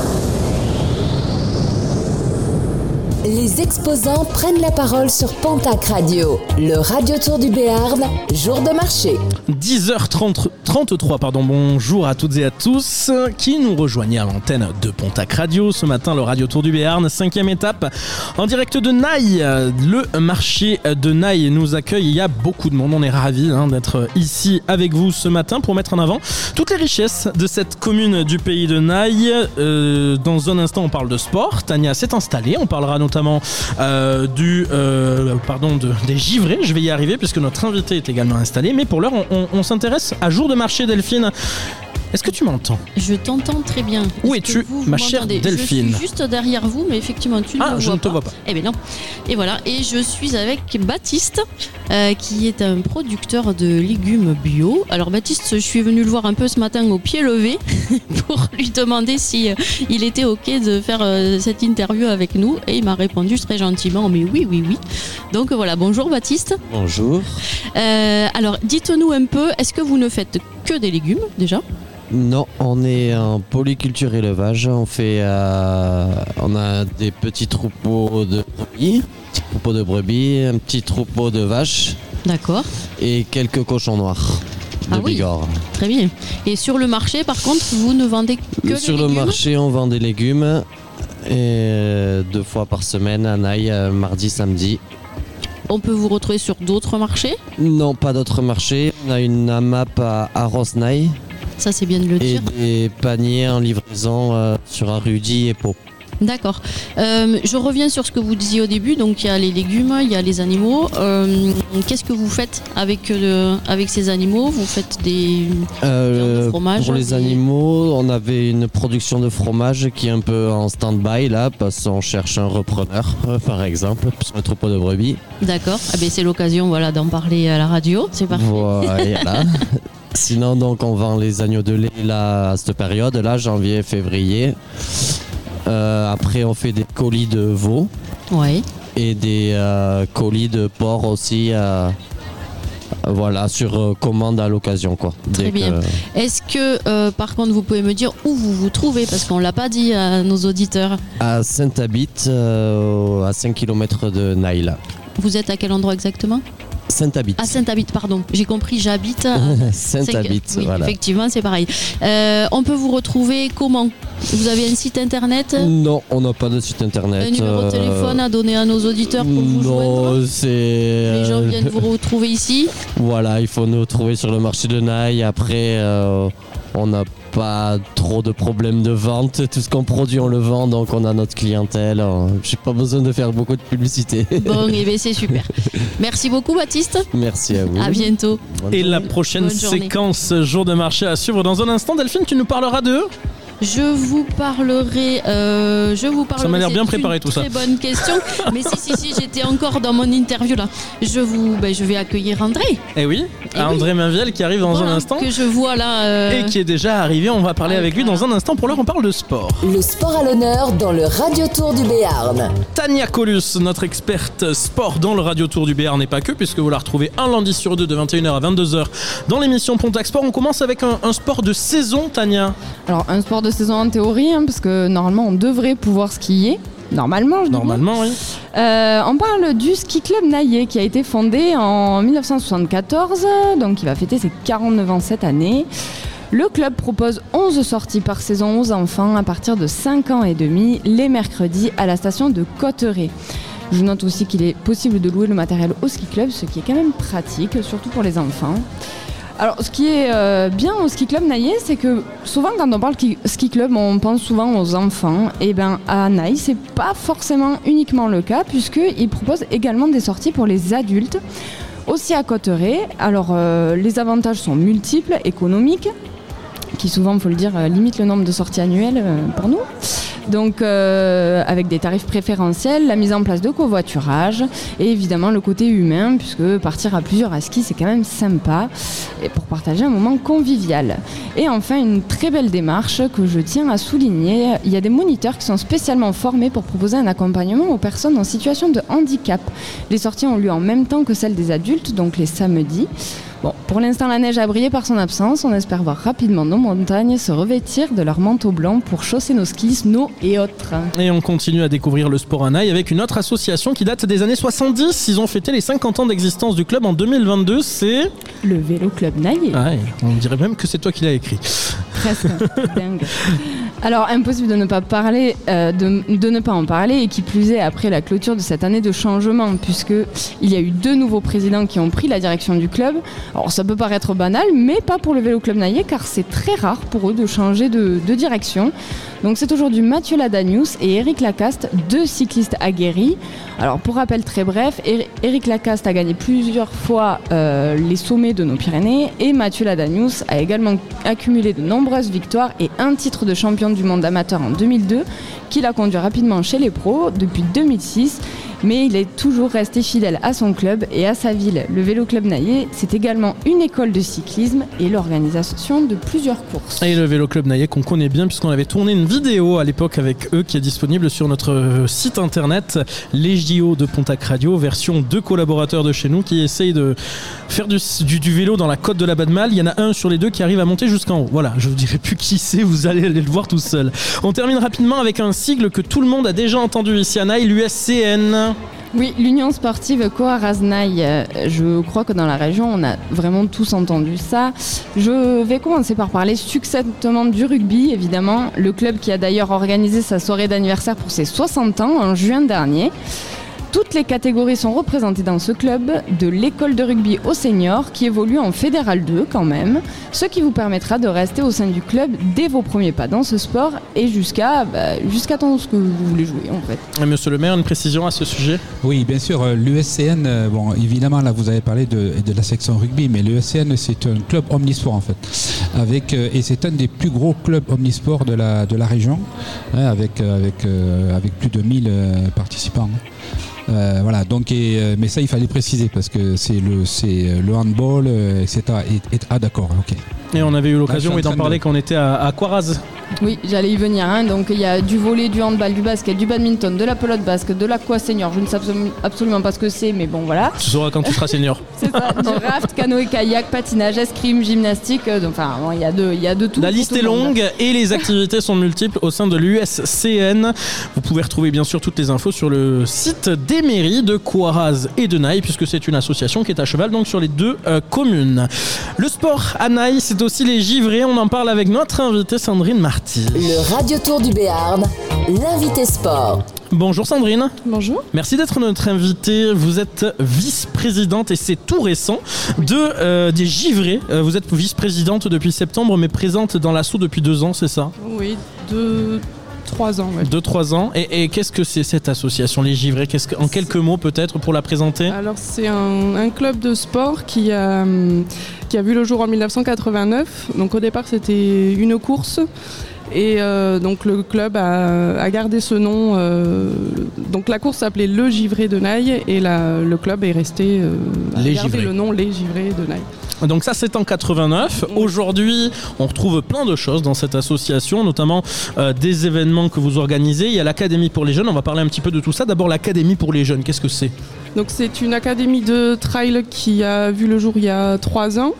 Les exposants prennent la parole sur Pontac Radio, le Radio Tour du Béarn, jour de marché. 10h33, bonjour à toutes et à tous qui nous rejoignent à l'antenne de Pontac Radio. Ce matin, le Radio Tour du Béarn, 5e étape, en direct de Naï. Le marché de Naï nous accueille, il y a beaucoup de monde, on est ravis d'être ici avec vous ce matin pour mettre en avant toutes les richesses de cette commune du pays de Naï. Dans un instant, on parle de sport, Tania s'est installée, on parlera notamment notamment des givrés. Je vais y arriver puisque notre invité est également installé. Mais pour l'heure, on s'intéresse à Jour de marché, Delphine. Est-ce que tu m'entends ? Je t'entends très bien. Où es-tu, ma chère Delphine ? Je suis juste derrière vous, mais effectivement, tu ne me vois pas. Ah, je ne te vois pas. Eh bien non. Et voilà, et je suis avec Baptiste, qui est un producteur de légumes bio. Alors Baptiste, je suis venue le voir un peu ce matin au pied levé pour lui demander si il était OK de faire cette interview avec nous. Et il m'a répondu très gentiment, mais oui. Donc voilà, bonjour Baptiste. Bonjour. Alors, dites-nous un peu, est-ce que vous ne faites que des légumes déjà ? Non, on est en polyculture élevage. On a des petits troupeaux de brebis, un petit troupeau de vaches. D'accord. Et quelques cochons noirs de Bigorre. Très bien. Et sur le marché, par contre, vous ne vendez que des légumes ? Sur le marché, on vend des légumes et 2 fois par semaine à Naï, mardi, samedi. On peut vous retrouver sur d'autres marchés ? Non, pas d'autres marchés. On a une AMAP à Rosnaï. Ça, c'est bien de le dire. Et des paniers en livraison sur Arudi et Pau. D'accord. Je reviens sur ce que vous disiez au début. Donc, il y a les légumes, il y a les animaux. Qu'est-ce que vous faites avec ces animaux ? Vous faites des fromages ? Pour les animaux, on avait une production de fromage qui est un peu en stand-by là, parce qu'on cherche un repreneur, par exemple, sur un troupeau de brebis. D'accord. Ah ben, c'est l'occasion d'en parler à la radio. C'est parfait. Voilà. Sinon, donc, on vend les agneaux de lait là, à cette période, là, janvier, février. Après, on fait des colis de veau. Ouais. Et des colis de porc aussi, sur commande à l'occasion, quoi. Très bien. Est-ce que, par contre, vous pouvez me dire où vous vous trouvez ? Parce qu'on ne l'a pas dit à nos auditeurs. À Saint-Abit, à 5 km de Naïla. Vous êtes à quel endroit exactement ? Saint-Abit. À Saint-Abit, pardon. J'ai compris, j'habite à Saint-Abit, oui, voilà. Effectivement, c'est pareil. On peut vous retrouver comment ? Vous avez un site internet ? Non, on n'a pas de site internet. Un numéro de téléphone à donner à nos auditeurs pour vous joindre ? Non, c'est... Les gens viennent vous retrouver ici ? Voilà, il faut nous trouver sur le marché de Naï. Après, on n'a pas trop de problèmes de vente. Tout ce qu'on produit, on le vend, donc on a notre clientèle. J'ai pas besoin de faire beaucoup de publicité. Bon, et bien c'est super. Merci beaucoup, Baptiste. Merci à vous. À bientôt. Et la prochaine séquence Jour de marché à suivre dans un instant. Delphine, tu nous parleras de... Je vous parlerai. Ça m'a l'air bien préparé tout ça. Très bonne question. Mais si, j'étais encore dans mon interview là. Je vais accueillir André. Eh oui, André Mainviel qui arrive dans un instant. Que je vois là. Et qui est déjà arrivé. On va parler avec lui dans un instant. Pour l'heure, on parle de sport. Le sport à l'honneur dans le Radio Tour du Béarn. Tania Colus, notre experte sport dans le Radio Tour du Béarn, n'est pas que, puisque vous la retrouvez un lundi sur 2 de 21h à 22h dans l'émission Pontac Sport. On commence avec un sport de saison, Tania. Alors, un sport de saison en théorie, parce que normalement on devrait pouvoir skier. Normalement, oui. On parle du ski club Naillet qui a été fondé en 1974, donc il va fêter ses 49 ans cette année. Le club propose 11 sorties par saison aux enfants à partir de 5 ans et demi, les mercredis à la station de Cotteret. Je note aussi qu'il est possible de louer le matériel au ski club, ce qui est quand même pratique, surtout pour les enfants. Alors, ce qui est bien au ski club Naillet, c'est que souvent quand on parle ski club, on pense souvent aux enfants. Et bien à Naillet, c'est pas forcément uniquement le cas, puisqu'ils proposent également des sorties pour les adultes, aussi à Cotteret. Alors, les avantages sont multiples, économiques, qui souvent, il faut le dire, limitent le nombre de sorties annuelles pour nous. Donc avec des tarifs préférentiels, la mise en place de covoiturage et évidemment le côté humain, puisque partir à plusieurs à ski c'est quand même sympa et pour partager un moment convivial. Et enfin une très belle démarche que je tiens à souligner, il y a des moniteurs qui sont spécialement formés pour proposer un accompagnement aux personnes en situation de handicap. Les sorties ont lieu en même temps que celles des adultes, donc les samedis. Bon, pour l'instant, la neige a brillé par son absence. On espère voir rapidement nos montagnes se revêtir de leur manteau blanc pour chausser nos skis, snow et autres. Et on continue à découvrir le sport à Naï avec une autre association qui date des années 70. Ils ont fêté les 50 ans d'existence du club en 2022. C'est... le Vélo Club Naï. Ouais, on dirait même que c'est toi qui l'as écrit. Presque, dingue. Alors, impossible de ne pas parler, de ne pas en parler, et qui plus est après la clôture de cette année de changement, puisqu'il y a eu 2 nouveaux présidents qui ont pris la direction du club. Alors, ça peut paraître banal, mais pas pour le Vélo Club Naillet, car c'est très rare pour eux de changer de direction. Donc c'est aujourd'hui Mathieu Ladanius et Eric Lacaste, 2 cyclistes aguerris. Alors pour rappel très bref, Eric Lacaste a gagné plusieurs fois les sommets de nos Pyrénées et Mathieu Ladanius a également accumulé de nombreuses victoires et un titre de champion du monde amateur en 2002 qui l'a conduit rapidement chez les pros depuis 2006. Mais il est toujours resté fidèle à son club et à sa ville. Le Vélo Club Naillet, c'est également une école de cyclisme et l'organisation de plusieurs courses. Et le Vélo Club Naillet qu'on connaît bien puisqu'on avait tourné une vidéo à l'époque avec eux qui est disponible sur notre site internet, les JO de Pontac Radio, version 2 collaborateurs de chez nous qui essayent de faire du vélo dans la côte de la Bas-de-Mal. Il y en a un sur les 2 qui arrive à monter jusqu'en haut. Voilà, je vous dirai plus qui c'est, vous allez aller le voir tout seul. On termine rapidement avec un sigle que tout le monde a déjà entendu ici à Nailles, l'USCN. Oui, l'Union sportive Coarraze-Nailles. Je crois que dans la région, on a vraiment tous entendu ça. Je vais commencer par parler succinctement du rugby, évidemment. Le club qui a d'ailleurs organisé sa soirée d'anniversaire pour ses 60 ans en juin dernier. Toutes les catégories sont représentées dans ce club, de l'école de rugby au senior, qui évolue en Fédéral 2 quand même, ce qui vous permettra de rester au sein du club dès vos premiers pas dans ce sport et jusqu'à temps ce que vous voulez jouer en fait. Monsieur le maire, une précision à ce sujet ? Oui, bien sûr, l'USCN, bon, évidemment là vous avez parlé de la section rugby, mais l'USCN c'est un club omnisport en fait, et c'est un des plus gros clubs omnisport de la région, hein, avec plus de 1000 participants. Voilà, donc mais ça il fallait préciser parce que c'est le handball, etc. D'accord, ok. Et on avait eu l'occasion d'en parler quand on était à Coarraze. Oui, j'allais y venir. Hein. Donc il y a du volley, du handball, du basket, du badminton, de la pelote basque, de l'aqua senior. Je ne sais absolument pas ce que c'est, mais bon voilà. Tu sauras quand tu seras senior. C'est ça. Du raft, canoë-kayak, patinage, escrime, gymnastique. Enfin, il y a de tout. La liste est longue et les activités sont multiples au sein de l'USCN. Vous pouvez retrouver bien sûr toutes les infos sur le site des mairies de Coarraze et de Nailles, puisque c'est une association qui est à cheval donc sur les 2 communes. Le sport à Nailles, c'est aussi les givrés. On en parle avec notre invitée Sandrine Marty. Le Radio Tour du Béarn, l'invité sport. Bonjour Sandrine. Bonjour. Merci d'être notre invitée. Vous êtes vice-présidente, et c'est tout récent, des givrés. Vous êtes vice-présidente depuis septembre, mais présente dans l'assaut depuis 2 ans, c'est ça ? Oui, 2-3 ans. Ouais. 2-3 ans. Et qu'est-ce que c'est cette association, les givrés ? En quelques mots peut-être pour la présenter ? Alors c'est un club de sport qui a vu le jour en 1989. Donc au départ c'était une course. Et donc le club a gardé ce nom. Donc la course s'appelait Le Givré de Nailles et le club est resté a gardé le nom Les Givrés de Nailles. Donc ça c'est en 89. Aujourd'hui on retrouve plein de choses dans cette association, notamment des événements que vous organisez. Il y a l'Académie pour les jeunes, on va parler un petit peu de tout ça. D'abord l'Académie pour les jeunes, qu'est-ce que c'est ? Donc c'est une académie de trail qui a vu le jour il y a 3 ans.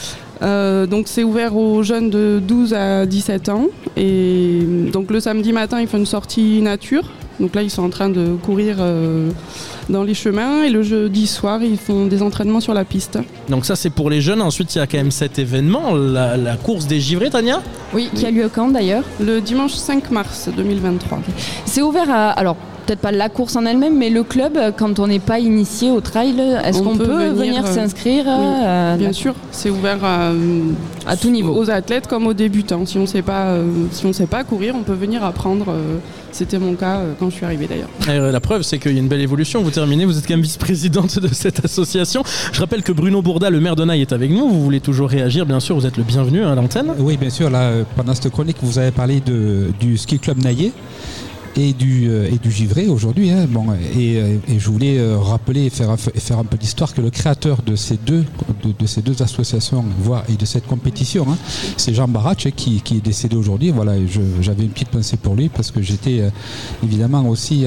Donc c'est ouvert aux jeunes de 12 à 17 ans et donc le samedi matin ils font une sortie nature, donc là ils sont en train de courir dans les chemins et le jeudi soir ils font des entraînements sur la piste. Donc ça c'est pour les jeunes. Ensuite il y a quand même cet événement, la course des givrés, Tania ? Oui, qui a lieu quand d'ailleurs ? Le dimanche 5 mars 2023. C'est ouvert à... Alors peut-être pas la course en elle-même, mais le club, quand on n'est pas initié au trail, est-ce qu'on peut venir s'inscrire ? Oui, bien sûr, c'est ouvert à tout niveau, aux athlètes comme aux débutants. Si on sait pas courir, on peut venir apprendre. C'était mon cas quand je suis arrivée d'ailleurs. La preuve, c'est qu'il y a une belle évolution. Vous terminez, vous êtes quand même vice-présidente de cette association. Je rappelle que Bruno Bourda, le maire de Nailles, est avec nous. Vous voulez toujours réagir, bien sûr, vous êtes le bienvenu à l'antenne. Oui, bien sûr. Là, pendant cette chronique, vous avez parlé du ski club Naillet. Et du givré aujourd'hui, hein. Bon, et je voulais rappeler et faire un peu d'histoire que le créateur de ces deux associations, et de cette compétition, hein, c'est Jean Barach qui est décédé aujourd'hui. Voilà, j'avais une petite pensée pour lui parce que j'étais évidemment aussi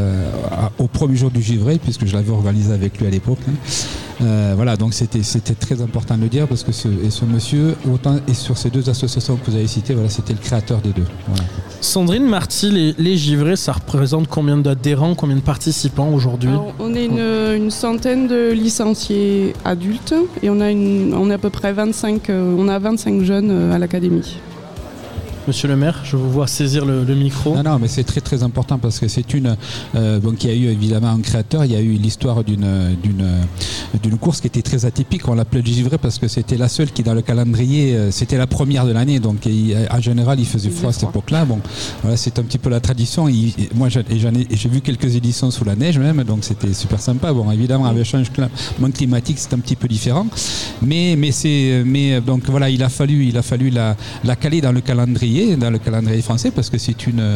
au premier jour du givré puisque je l'avais organisé avec lui à l'époque. Hein. Voilà, donc c'était très important de le dire parce que ce monsieur, autant et sur ces 2 associations que vous avez citées, voilà, c'était le créateur des 2. Voilà. Sandrine Marty, les givrés, ça représente combien d'adhérents, combien de participants aujourd'hui ? Alors, on est une centaine de licenciés adultes et on a à peu près 25 jeunes à l'académie. monsieur le maire. Je vous vois saisir le micro. Non, mais c'est très très important parce que c'est une... donc il y a eu évidemment un créateur, il y a eu l'histoire d'une course qui était très atypique. On l'appelait le givré parce que c'était la seule qui dans le calendrier, c'était la première de l'année. Donc en général il faisait froid à cette époque-là. Bon, voilà, c'est un petit peu la tradition. Moi j'ai vu quelques éditions sous la neige même, donc c'était super sympa. Bon, évidemment avec le changement climatique c'est un petit peu différent. Mais donc voilà, il a fallu la caler dans le calendrier français parce que c'est une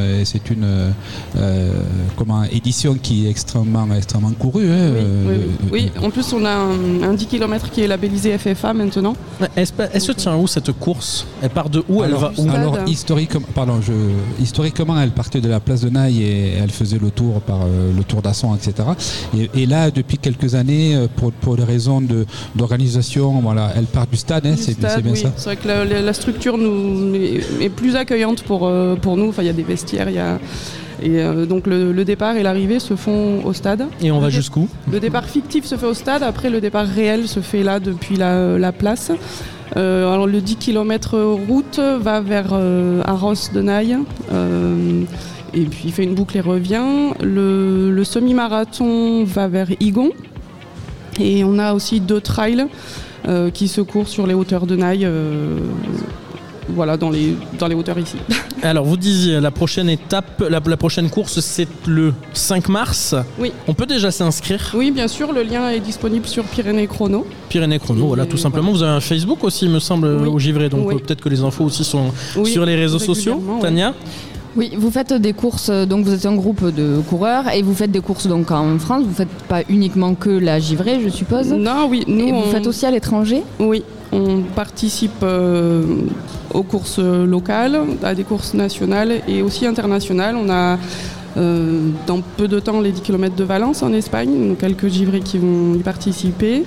édition qui est extrêmement courue. Oui, en plus on a un 10 km qui est labellisé FFA maintenant. Elle se tient où cette course? Elle part de où? Elle va où? Alors historiquement elle partait de la place de Naï et elle faisait le tour par le Tour d'Asson, etc. Et là depuis quelques années pour des raisons d'organisation, voilà, elle part du stade, c'est bien ça. C'est vrai que la structure est plus accueillante pour nous. Enfin, il y a des vestiaires, donc le départ et l'arrivée se font au stade. Et on va jusqu'où? Le départ fictif se fait au stade, après le départ réel se fait là depuis la place. Alors le 10 km route va vers Arros de Naï. Et puis il fait une boucle et revient. Le semi-marathon va vers Igon. Et on a aussi 2 trails qui se courent sur les hauteurs de Naï. Voilà, dans les hauteurs ici. Alors, vous disiez, la prochaine étape, la prochaine course, c'est le 5 mars. Oui. On peut déjà s'inscrire? Oui, bien sûr, le lien est disponible sur Pyrénées Chrono. Pyrénées Chrono, voilà, tout simplement. Vous avez un Facebook aussi, il me semble, au givré, donc peut-être que les infos aussi sont sur les réseaux sociaux. Tania? Oui, vous faites des courses, donc vous êtes un groupe de coureurs et vous faites des courses donc en France. Vous ne faites pas uniquement que la givrée, je suppose? Non, oui. Vous faites aussi à l'étranger? Oui, on participe aux courses locales, à des courses nationales et aussi internationales. On a dans peu de temps les 10 km de Valence en Espagne, donc quelques givrés qui vont y participer.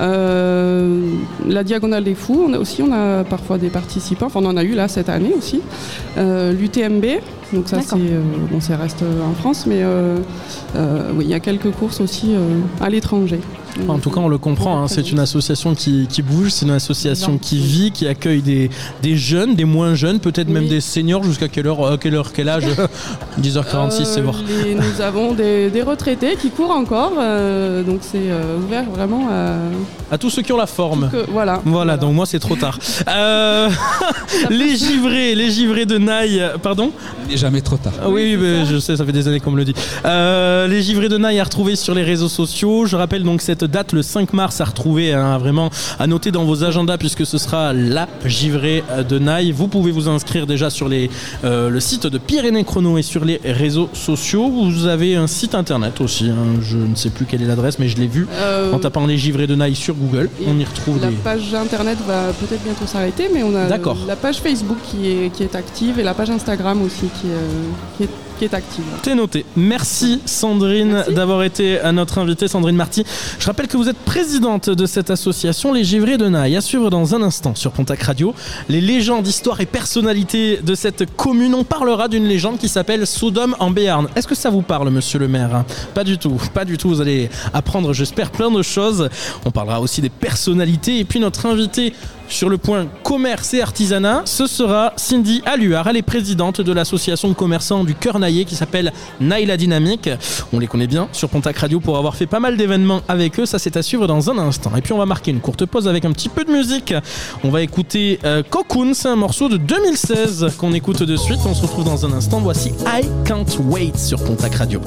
La Diagonale des Fous, on a parfois des participants, enfin on en a eu là cette année aussi. L'UTMB, donc ça ça reste en France, mais oui, il y a quelques courses aussi à l'étranger. En tout cas, on le comprend, c'est une association qui bouge, c'est une association qui vit, qui accueille des jeunes, des moins jeunes, peut-être même des seniors. Jusqu'à quel âge? 10h46, c'est bon. Nous avons des retraités qui courent encore, donc c'est ouvert vraiment à tous ceux qui ont la forme. Voilà, donc moi c'est trop tard. Les givrés de Naï, pardon? Il n'est jamais trop tard. Oui, je sais, ça fait des années qu'on me le dit. Les givrés de Naï à retrouver sur les réseaux sociaux. Je rappelle donc cette date, le 5 mars, à retrouver, vraiment à noter dans vos agendas puisque ce sera la givrée de Naï. Vous pouvez vous inscrire déjà sur le site de Pyrénées Chrono et sur les réseaux sociaux. Vous avez un site internet aussi, je ne sais plus quelle est l'adresse, mais je l'ai vu en tapant les givrés de Naï sur Google. On y retrouve la page internet va peut-être bientôt s'arrêter, mais on a la page Facebook qui est active et la page Instagram aussi qui est active. C'est noté. Merci Sandrine d'avoir été à notre invitée, Sandrine Marty. Je rappelle que vous êtes présidente de cette association Les Givrés de Naï. À suivre dans un instant sur Pontac Radio, les légendes, histoires et personnalités de cette commune. On parlera d'une légende qui s'appelle Sodome en Béarn. Est-ce que ça vous parle, monsieur le maire? Pas du tout. Vous allez apprendre, j'espère, plein de choses. On parlera aussi des personnalités. Et puis notre invitée sur le point commerce et artisanat, ce sera Cindy Alluard. Elle est présidente de l'association de commerçants du Cœur Naïais qui s'appelle Naï la Dynamique. On les connaît bien sur Pontac Radio pour avoir fait pas mal d'événements avec eux. Ça, c'est à suivre dans un instant. Et puis on va marquer une courte pause avec un petit peu de musique. On va écouter Cocoon, c'est un morceau de 2016 qu'on écoute de suite. On se retrouve dans un instant. Voici I Can't Wait sur Pontac Radio.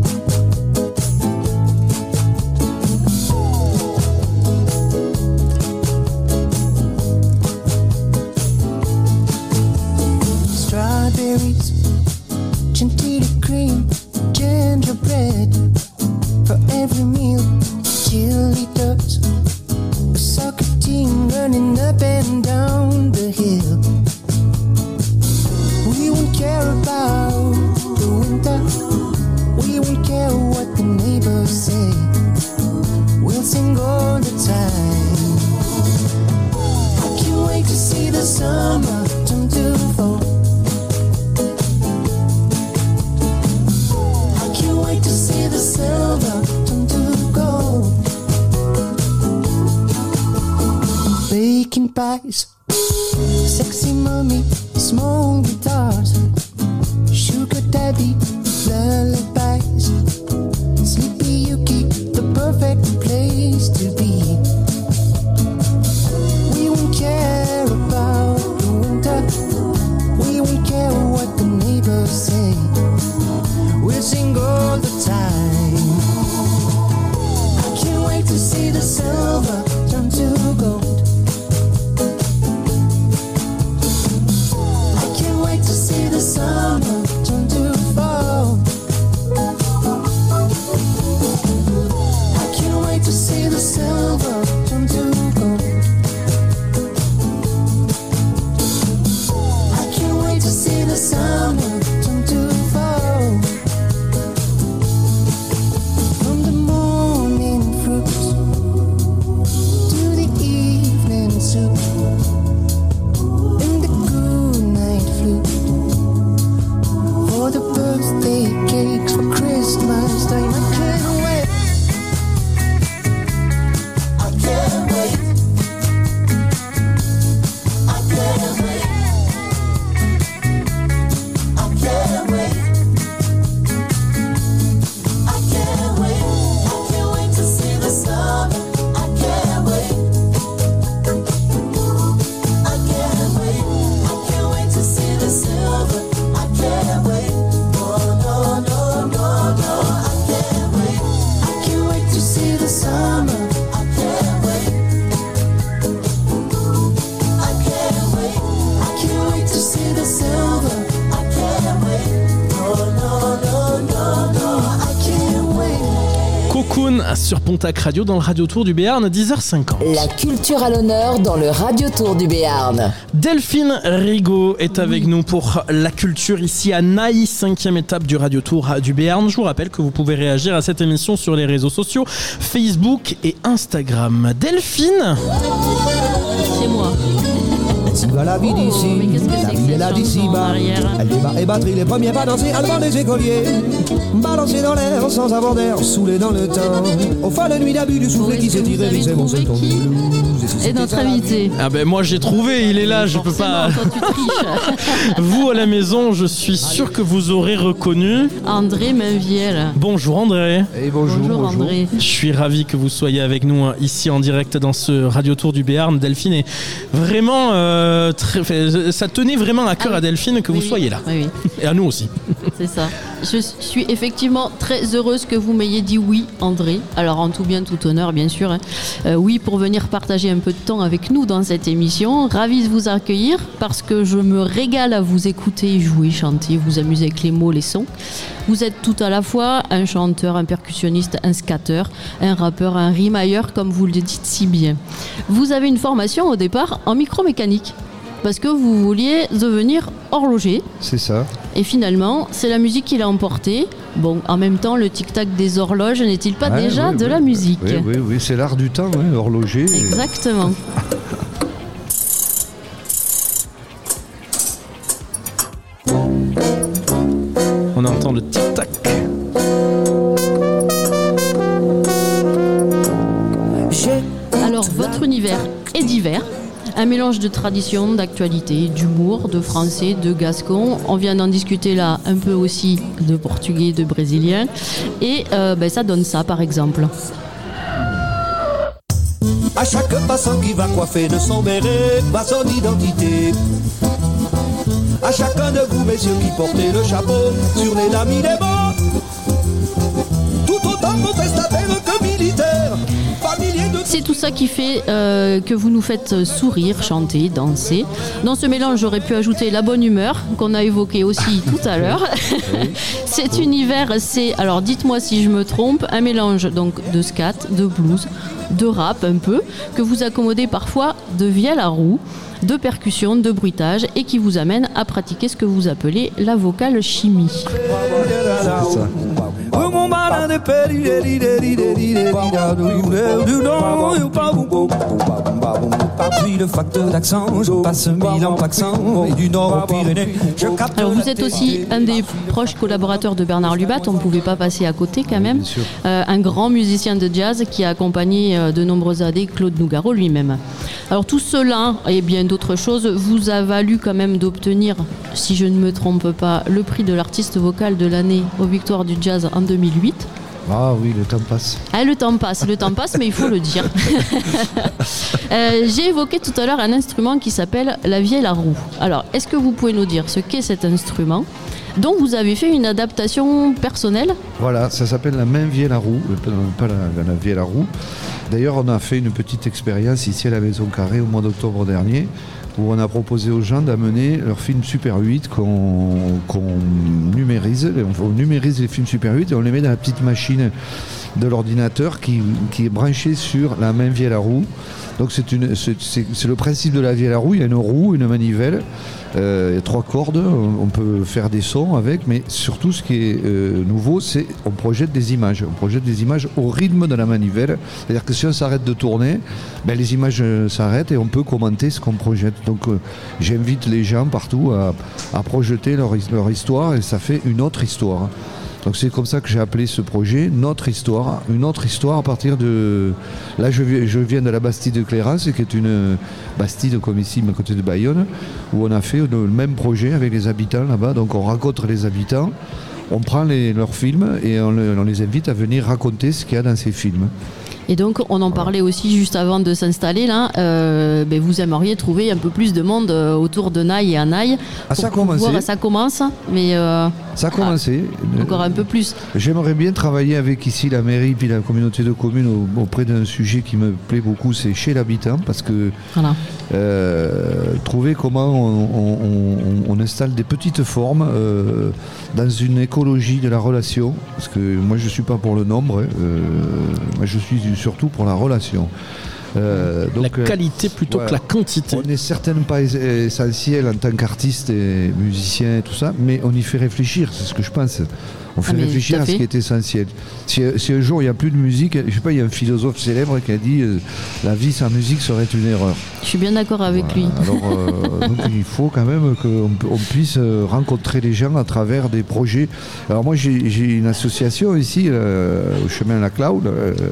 Strawberries, chantilly cream, gingerbread for every meal. Cheerleaders, a soccer team running up and down the hill. We won't care about the winter. We won't care what the neighbors say. We'll sing all the time. I can't wait to see the summer turn to fall. The silver turn to gold. Baking pies, sexy mommy small guitars, sugar daddy lullabies. Sleepy Yuki, the perfect place to be. We won't care about the winter, we won't care what the neighbors say. We'll sing all the time. I can't wait to see the silver turn to gold. I can't wait to see the summer turn to fall. I can't wait to see the silver turn to gold. I can't wait to see the summer turn to fall. From the morning fruit to the evening soup and the good night flute, for the birthday cakes for Christmas time. I can't wait. I can't wait. I can't wait. I can't wait. I can't wait. I can't wait to see the summer. I can't wait. I can't wait. I can't wait to see the silver. I can't wait. No, no, no, no, no. I can't wait. I can't wait to see the summer. I can't wait. I can't wait. I can't wait to see the silver. I can't wait. No, no, no, no, no. I can't wait. Cocoon sur Pontac Radio dans le Radio Tour du Béarn, 10h50. La culture à l'honneur dans le Radio Tour du Béarn. Delphine Rigaud est avec nous pour la culture ici à Naï, 5e étape du Radio Tour du Béarn. Je vous rappelle que vous pouvez réagir à cette émission sur les réseaux sociaux, Facebook et Instagram. Delphine, C'est moi. Si va la vie d'ici, mais qu'est-ce que la c'est que vie est cette là chanson d'ici en bas. arrière Elle débat et batterie, les premiers pas danser, allemand les écoliers. Balancer dans l'air sans avoir d'air, saoulé dans le temps. Au fin de nuit d'abus du soufflet qui s'est tiré, c'est bon, c'est ton blues. Et notre invité. ah ben moi j'ai trouvé, il est là, je peux pas. Toi, tu triches. Vous à la maison, je suis sûr que vous aurez reconnu André Mainviel. Bonjour André. Et bonjour. André. Je suis ravi que vous soyez avec nous ici en direct dans ce Radio Tour du Béarn. Delphine est vraiment ça tenait vraiment à cœur à Delphine que vous soyez là. Oui. Et à nous aussi. C'est ça. Je suis effectivement très heureuse que vous m'ayez dit oui, André. Alors en tout bien, tout honneur, bien sûr. Oui, pour venir partager un peu de temps avec nous dans cette émission. Ravie de vous accueillir parce que je me régale à vous écouter, jouer, chanter, vous amuser avec les mots, les sons. Vous êtes tout à la fois un chanteur, un percussionniste, un scatteur, un rappeur, un rimailleur, comme vous le dites si bien. Vous avez une formation au départ en micromécanique. Parce que vous vouliez devenir horloger. C'est ça. Et finalement, c'est la musique qui l'a emporté. Bon, en même temps, le tic-tac des horloges n'est-il pas déjà de la musique ? Oui, c'est l'art du temps, horloger. Exactement. On entend le tic-tac. Alors, votre univers est divers. Un mélange de tradition, d'actualité, d'humour, de français, de gascon. On vient d'en discuter là un peu aussi de portugais, de brésilien. Et ça donne ça, par exemple. À chaque passant qui va coiffer de son béret, va son identité. À chacun de vous, messieurs, qui portez le chapeau, sur les dames il est beau. Tout autant contestataire que militaire. C'est tout ça qui fait que vous nous faites sourire, chanter, danser. Dans ce mélange, j'aurais pu ajouter la bonne humeur qu'on a évoquée aussi tout à l'heure. Cet univers, c'est, alors dites-moi si je me trompe, un mélange donc de scat, de blues, de rap un peu, que vous accommodez parfois de vielle à roue, de percussion, de bruitage et qui vous amène à pratiquer ce que vous appelez la vocale chimie. C'est ça. Puis le facteur d'accent, je passe Milan Paxan et du Nord aux Pyrénées. Alors vous êtes aussi un des proches collaborateurs de Bernard Lubat, on ne pouvait pas passer à côté quand même. Un grand musicien de jazz qui a accompagné de nombreuses années Claude Nougaro lui-même. Alors tout cela et bien d'autres choses vous a valu quand même d'obtenir, si je ne me trompe pas, le prix de l'artiste vocal de l'année aux Victoires du Jazz en 2008. Ah oui, le temps passe. Ah, le temps passe, mais il faut le dire. J'ai évoqué tout à l'heure un instrument qui s'appelle la vieille à roue. Alors, est-ce que vous pouvez nous dire ce qu'est cet instrument dont vous avez fait une adaptation personnelle? Voilà, ça s'appelle la main vieille à roue, pas la vieille à roue. D'ailleurs, on a fait une petite expérience ici à la Maison Carrée au mois d'octobre dernier, où on a proposé aux gens d'amener leur film Super 8 qu'on numérise. On numérise les films Super 8 et on les met dans la petite machine de l'ordinateur qui est branchée sur la main vieille à roue. Donc c'est le principe de la vieille à roue. Il y a une roue, une manivelle, il y a 3 cordes, on peut faire des sons avec, mais surtout ce qui est nouveau, c'est on projette des images. On projette des images au rythme de la manivelle. C'est-à-dire que si on s'arrête de tourner, les images s'arrêtent et on peut commenter ce qu'on projette. Donc j'invite les gens partout à projeter leur histoire et ça fait une autre histoire. Donc c'est comme ça que j'ai appelé ce projet Notre Histoire, une autre histoire à partir de... Là je viens de la Bastide de Clérance, qui est une bastide comme ici à côté de Bayonne, où on a fait le même projet avec les habitants là-bas. Donc on rencontre les habitants, on prend leurs films et on les invite à venir raconter ce qu'il y a dans ces films. Et donc, on en parlait aussi juste avant de s'installer là. Vous aimeriez trouver un peu plus de monde autour de Naï et à Naï. Ça a commencé. Ça commence, mais ça a commencé. Encore un peu plus. J'aimerais bien travailler avec ici la mairie puis la communauté de communes auprès d'un sujet qui me plaît beaucoup, c'est chez l'habitant, parce que trouver comment on installe des petites formes dans une écologie de la relation, parce que moi je suis pas pour le nombre, moi je suis surtout pour la relation. Donc, la qualité plutôt que la quantité. On n'est certainement pas essentiel en tant qu'artiste et musicien et tout ça, mais on y fait réfléchir, c'est ce que je pense. On fait réfléchir à ce qui est essentiel. Si un jour il n'y a plus de musique, je sais pas, il y a un philosophe célèbre qui a dit la vie sans musique serait une erreur. Je suis bien d'accord avec lui. Alors donc, il faut quand même qu'on puisse rencontrer les gens à travers des projets. Alors moi j'ai une association ici au chemin La Cloud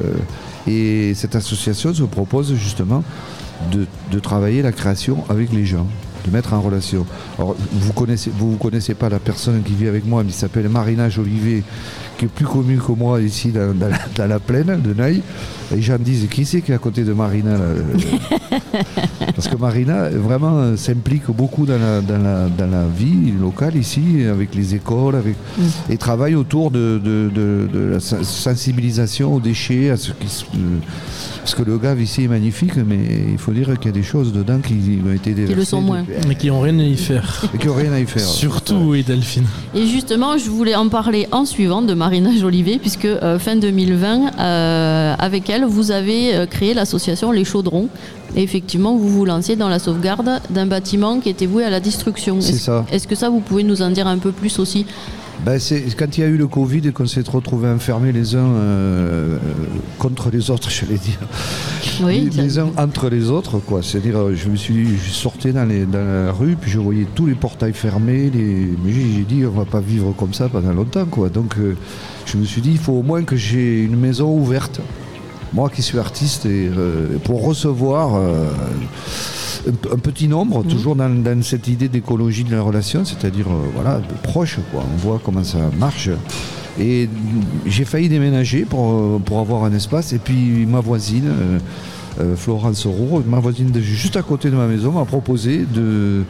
et cette association se propose justement de travailler la création avec les gens, de mettre en relation. Alors, vous connaissez pas la personne qui vit avec moi, mais il s'appelle Marina Jolivet, qui est plus connue que moi ici dans la plaine de Naï. Les gens disent qui c'est qui est à côté de Marina là Parce que Marina vraiment s'implique beaucoup dans la vie locale ici, avec les écoles, et travaille autour de la sensibilisation aux déchets, parce que le Gave ici est magnifique, mais il faut dire qu'il y a des choses dedans qui ont été déversées. Qui le sont moins. Mais qui n'ont rien à y faire. Et qui n'ont rien à y faire. Surtout, oui, Delphine. Et justement, je voulais en parler en suivant de Marina Jolivet, puisque fin 2020, avec elle, vous avez créé l'association Les Chaudrons. Et effectivement, vous vous lanciez dans la sauvegarde d'un bâtiment qui était voué à la destruction. C'est ça. Est-ce que ça, vous pouvez nous en dire un peu plus aussi ? C'est quand il y a eu le Covid et qu'on s'est retrouvés enfermés les uns contre les autres, j'allais dire. Oui, les uns entre les autres, quoi. C'est-à-dire, je sortais dans la rue, puis je voyais tous les portails fermés. Mais j'ai dit, on va pas vivre comme ça pendant longtemps, quoi. Donc, je me suis dit, il faut au moins que j'ai une maison ouverte. Moi qui suis artiste, et pour recevoir un petit nombre, toujours dans cette idée d'écologie de la relation, c'est-à-dire proche, quoi. On voit comment ça marche. Et j'ai failli déménager pour avoir un espace. Et puis ma voisine, Florence Roux, ma voisine juste à côté de ma maison, m'a proposé de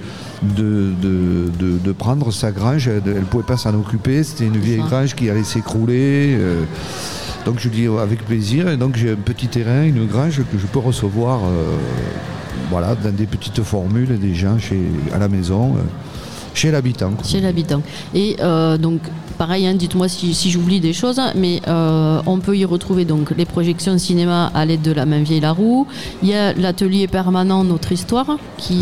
prendre sa grange. Elle ne pouvait pas s'en occuper, c'était une vieille grange qui allait s'écrouler. Donc je dis avec plaisir, et donc j'ai un petit terrain, une grange que je peux recevoir dans des petites formules des gens à la maison. chez l'habitant. Chez l'habitant. Et donc, pareil, hein, dites-moi si j'oublie des choses, mais on peut y retrouver donc les projections de à l'aide de la main vieille la roue. Il y a l'atelier permanent Notre Histoire qui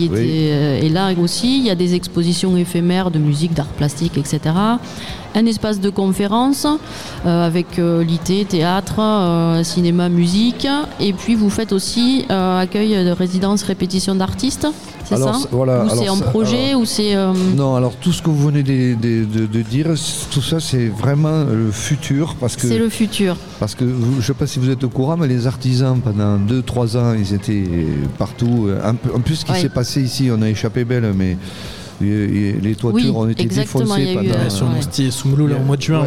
est là aussi. Il y a des expositions éphémères de musique, d'art plastique, etc. Un espace de conférence avec l'IT, théâtre, cinéma, musique. Et puis vous faites aussi accueil de résidence, répétition d'artistes. C'est ça Voilà, ou c'est en projet ou c'est Non, alors tout ce que vous venez de dire, tout ça c'est vraiment le futur. C'est le futur. Parce que je ne sais pas si vous êtes au courant, mais les artisans pendant 2-3 ans, ils étaient partout. En plus, ce qui s'est passé ici, on a échappé belle, mais les toitures ont été défoncées sur Moustier et Soumoulou là, au mois de juin.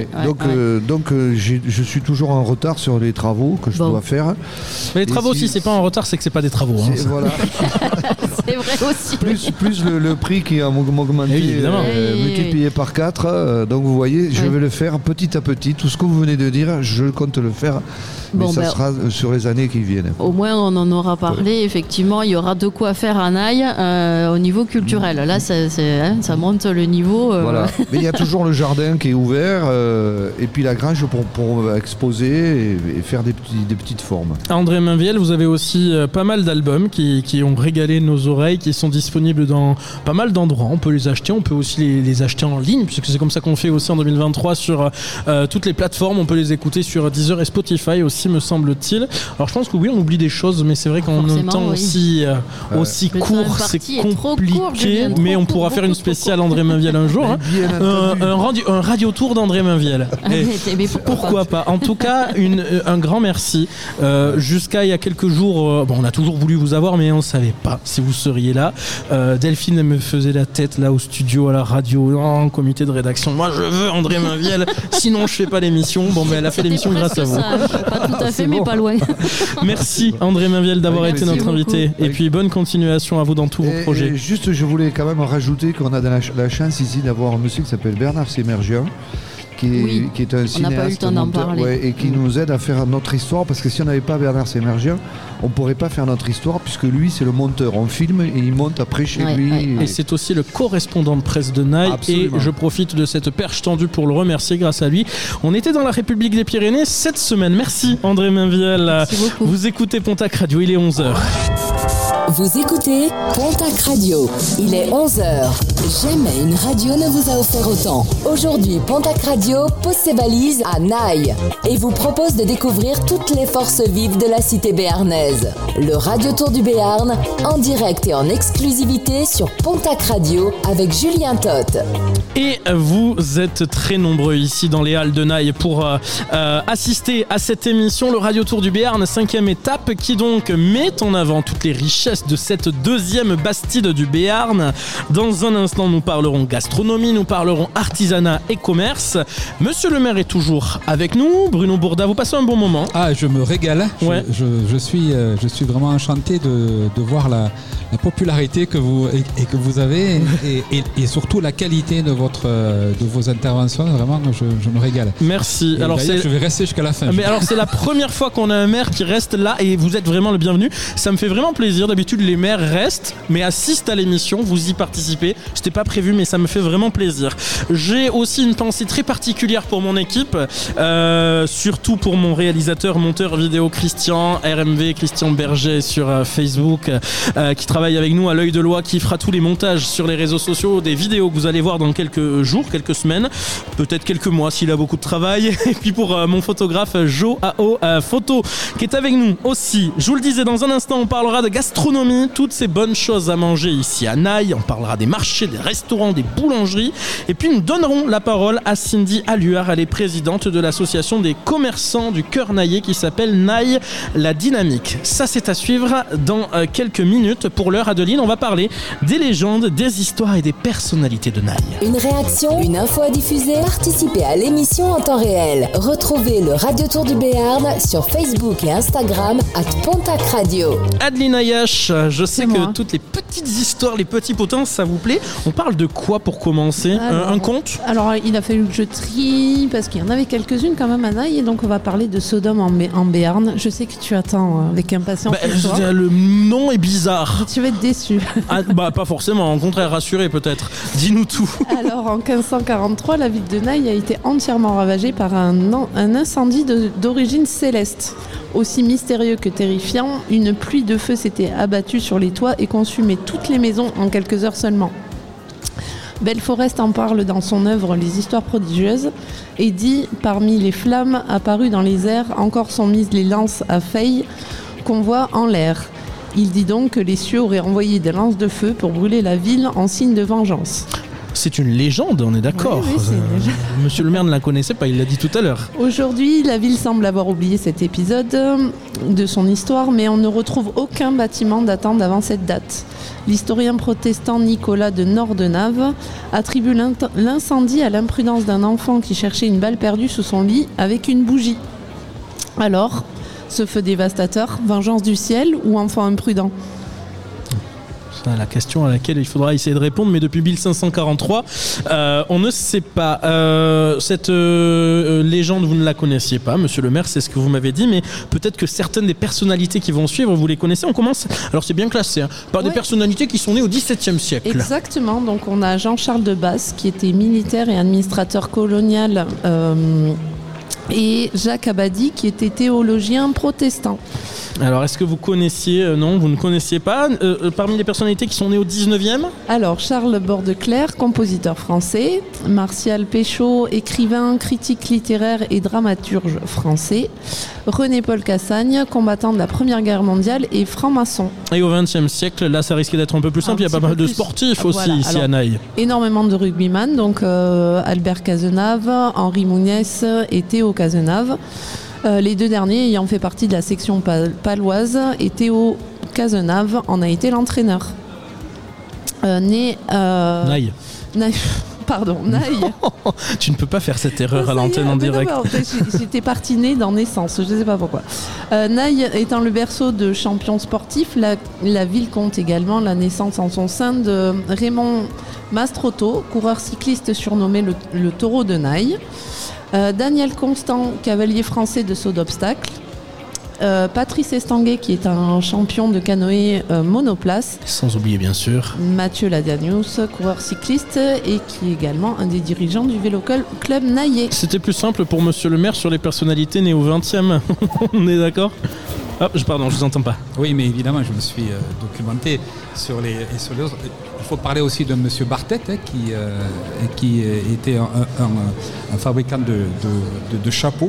Donc je suis toujours en retard sur les travaux que je dois faire. Mais les travaux aussi, c'est pas en retard, c'est que c'est pas des travaux. Voilà. C'est vrai aussi. Plus le prix qui a augmenté, multiplié par 4. Donc vous voyez, je vais le faire petit à petit. Tout ce que vous venez de dire, je compte le faire. Mais ça sera sur les années qui viennent. Au moins, on en aura parlé. Effectivement, il y aura de quoi faire à Naï au niveau culturel. Là, ça monte le niveau. Voilà. Mais il y a toujours le jardin qui est ouvert et puis la grange pour exposer et faire des petites formes. André Mainviel, vous avez aussi pas mal d'albums qui ont régalé nos oreilles, qui sont disponibles dans pas mal d'endroits. On peut les acheter, on peut aussi les acheter en ligne, puisque c'est comme ça qu'on fait aussi en 2023 sur toutes les plateformes. On peut les écouter sur Deezer et Spotify aussi, me semble-t-il. Alors je pense que oui, on oublie des choses, mais c'est vrai qu'en un temps aussi court, c'est compliqué. Mais on pourra faire une spéciale André Mainviel un jour. Hein. Un radio tour d'André Mainviel. Pourquoi pas. En tout cas, un grand merci. Jusqu'à il y a quelques jours, on a toujours voulu vous avoir, mais on ne savait pas si vous seriez là. Delphine me faisait la tête là au studio, à la radio, en comité de rédaction. Moi, je veux André Mainviel, sinon je fais pas l'émission. Bon, mais elle a fait l'émission grâce à vous. Pas tout à fait, mais pas loin. Merci André Mainviel d'avoir été notre invité. Et puis bonne continuation à vous dans tous vos projets. Et juste, je voulais quand même rajouter qu'on a la chance ici d'avoir un monsieur qui s'appelle Bernard Sémergien, qui est un cinéaste et qui nous aide à faire notre histoire, parce que si on n'avait pas Bernard Sémergien, on ne pourrait pas faire notre histoire, puisque lui c'est le monteur, on filme et il monte après chez lui. Et c'est aussi le correspondant de presse de Naï. Absolument. Et je profite de cette perche tendue pour le remercier. Grâce à lui, on était dans la République des Pyrénées cette semaine. Merci André Mainviel. Merci beaucoup. Vous écoutez Pontac Radio, il est 11h. Vous écoutez Pontac Radio, il est 11h. Jamais une radio ne vous a offert autant. Aujourd'hui, Pontac Radio pose ses valises à Naï et vous propose de découvrir toutes les forces vives de la cité béarnaise. Le Radio Tour du Béarn, en direct et en exclusivité sur Pontac Radio avec Julien Todt. Et vous êtes très nombreux ici dans les halles de Naï pour assister à cette émission, le Radio Tour du Béarn, 5e étape, qui donc met en avant toutes les richesses de cette deuxième Bastide du Béarn. Dans un instant, nous parlerons gastronomie, nous parlerons artisanat et commerce. Monsieur le maire est toujours avec nous. Bruno Bourda, vous passez un bon moment? Ah, je me régale. Ouais. Je suis vraiment enchanté de voir la popularité que vous avez et surtout la qualité de vos interventions. Vraiment, je me régale. Merci. Et alors je vais rester jusqu'à la fin. Mais alors c'est la première fois qu'on a un maire qui reste là et vous êtes vraiment le bienvenu. Ça me fait vraiment plaisir. D'habitude, les maires restent, mais assistent à l'émission. Vous y participez. C'était pas prévu, mais ça me fait vraiment plaisir. J'ai aussi une pensée très particulière pour mon équipe, surtout pour mon réalisateur, monteur vidéo Christian Berger sur Facebook, qui travaille avec nous à l'œil de l'oie, qui fera tous les montages sur les réseaux sociaux, des vidéos que vous allez voir dans quelques jours, quelques semaines, peut-être quelques mois s'il a beaucoup de travail. Et puis pour mon photographe Joao Photo, qui est avec nous aussi. Je vous le disais, dans un instant, on parlera de gastronomie, toutes ces bonnes choses à manger ici à Naï. On parlera des marchés, des restaurants, des boulangeries. Et puis nous donnerons la parole à Cindy Alluard. Elle est présidente de l'association des commerçants du cœur naïais qui s'appelle Naï la Dynamique. Ça, c'est à suivre dans quelques minutes. Pour l'heure, Adeline, on va parler des légendes, des histoires et des personnalités de Naï. Une réaction, une info à diffuser, participez à l'émission en temps réel. Retrouvez le Radio Tour du Béarn sur Facebook et Instagram @Pontac Radio. Adeline Ayache, je sais que toutes les petites petites histoires, les petits potins, ça vous plaît? On parle de quoi pour commencer? Un conte? Alors, il a fallu que je trie parce qu'il y en avait quelques-unes quand même à Naï, et donc on va parler de Sodome en Béarn. Je sais que tu attends avec impatience. Le nom est bizarre. Tu vas être déçu. Pas forcément, au contraire, rassuré peut-être. Dis-nous tout. Alors, en 1543, la ville de Naï a été entièrement ravagée par un incendie d'origine céleste. Aussi mystérieux que terrifiant, une pluie de feu s'était abattue sur les toits et consumait toutes les maisons en quelques heures seulement. Belforest en parle dans son œuvre Les Histoires prodigieuses et dit « Parmi les flammes apparues dans les airs, encore sont mises les lances à feuilles qu'on voit en l'air. » Il dit donc que les cieux auraient envoyé des lances de feu pour brûler la ville en signe de vengeance. C'est une légende, on est d'accord. Oui, c'est une légende. Monsieur le maire ne la connaissait pas, il l'a dit tout à l'heure. Aujourd'hui, la ville semble avoir oublié cet épisode de son histoire, mais on ne retrouve aucun bâtiment datant d'avant cette date. L'historien protestant Nicolas de Nordenave attribue l'incendie à l'imprudence d'un enfant qui cherchait une balle perdue sous son lit avec une bougie. Alors, ce feu dévastateur, vengeance du ciel ou enfant imprudent ? C'est la question à laquelle il faudra essayer de répondre, mais depuis 1543, on ne sait pas. Cette légende, vous ne la connaissiez pas, monsieur le maire, c'est ce que vous m'avez dit, mais peut-être que certaines des personnalités qui vont suivre, vous les connaissez. On commence, alors c'est bien classé, par des personnalités qui sont nées au XVIIe siècle. Exactement, donc on a Jean-Charles de Basse, qui était militaire et administrateur colonial, et Jacques Abadie, qui était théologien protestant. Alors, est-ce que vous connaissiez... non, vous ne connaissiez pas. Parmi les personnalités qui sont nées au 19e ? Alors, Charles Bordeclerc, compositeur français. Martial Péchaud, écrivain, critique littéraire et dramaturge français. René-Paul Cassagne, combattant de la Première Guerre mondiale et franc-maçon. Et au XXe siècle, là, ça risquait d'être un peu plus simple. Il y a pas mal de sportifs aussi ici à Naï. Énormément de rugbyman, donc Albert Cazenave, Henri Mounès et Théo Cazenave. Les deux derniers ayant fait partie de la section paloise, et Théo Cazenave en a été l'entraîneur. Naï. Pardon, Naï. Tu ne peux pas faire cette erreur à l'antenne en direct. J'étais partie née dans naissance, je ne sais pas pourquoi. Naï étant le berceau de champions sportifs, la ville compte également la naissance en son sein de Raymond Mastrotto, coureur cycliste surnommé le Taureau de Naï. Daniel Constant, cavalier français de saut d'obstacle. Patrice Estanguet, qui est un champion de canoë monoplace. Sans oublier bien sûr Mathieu Ladianius, coureur cycliste et qui est également un des dirigeants du Vélo Club Naïe. C'était plus simple pour monsieur le maire sur les personnalités nées au 20e. On est d'accord ? Pardon, je vous entends pas. Oui, mais évidemment, je me suis documenté sur les autres. Il faut parler aussi de monsieur Bartet, qui était un fabricant de chapeaux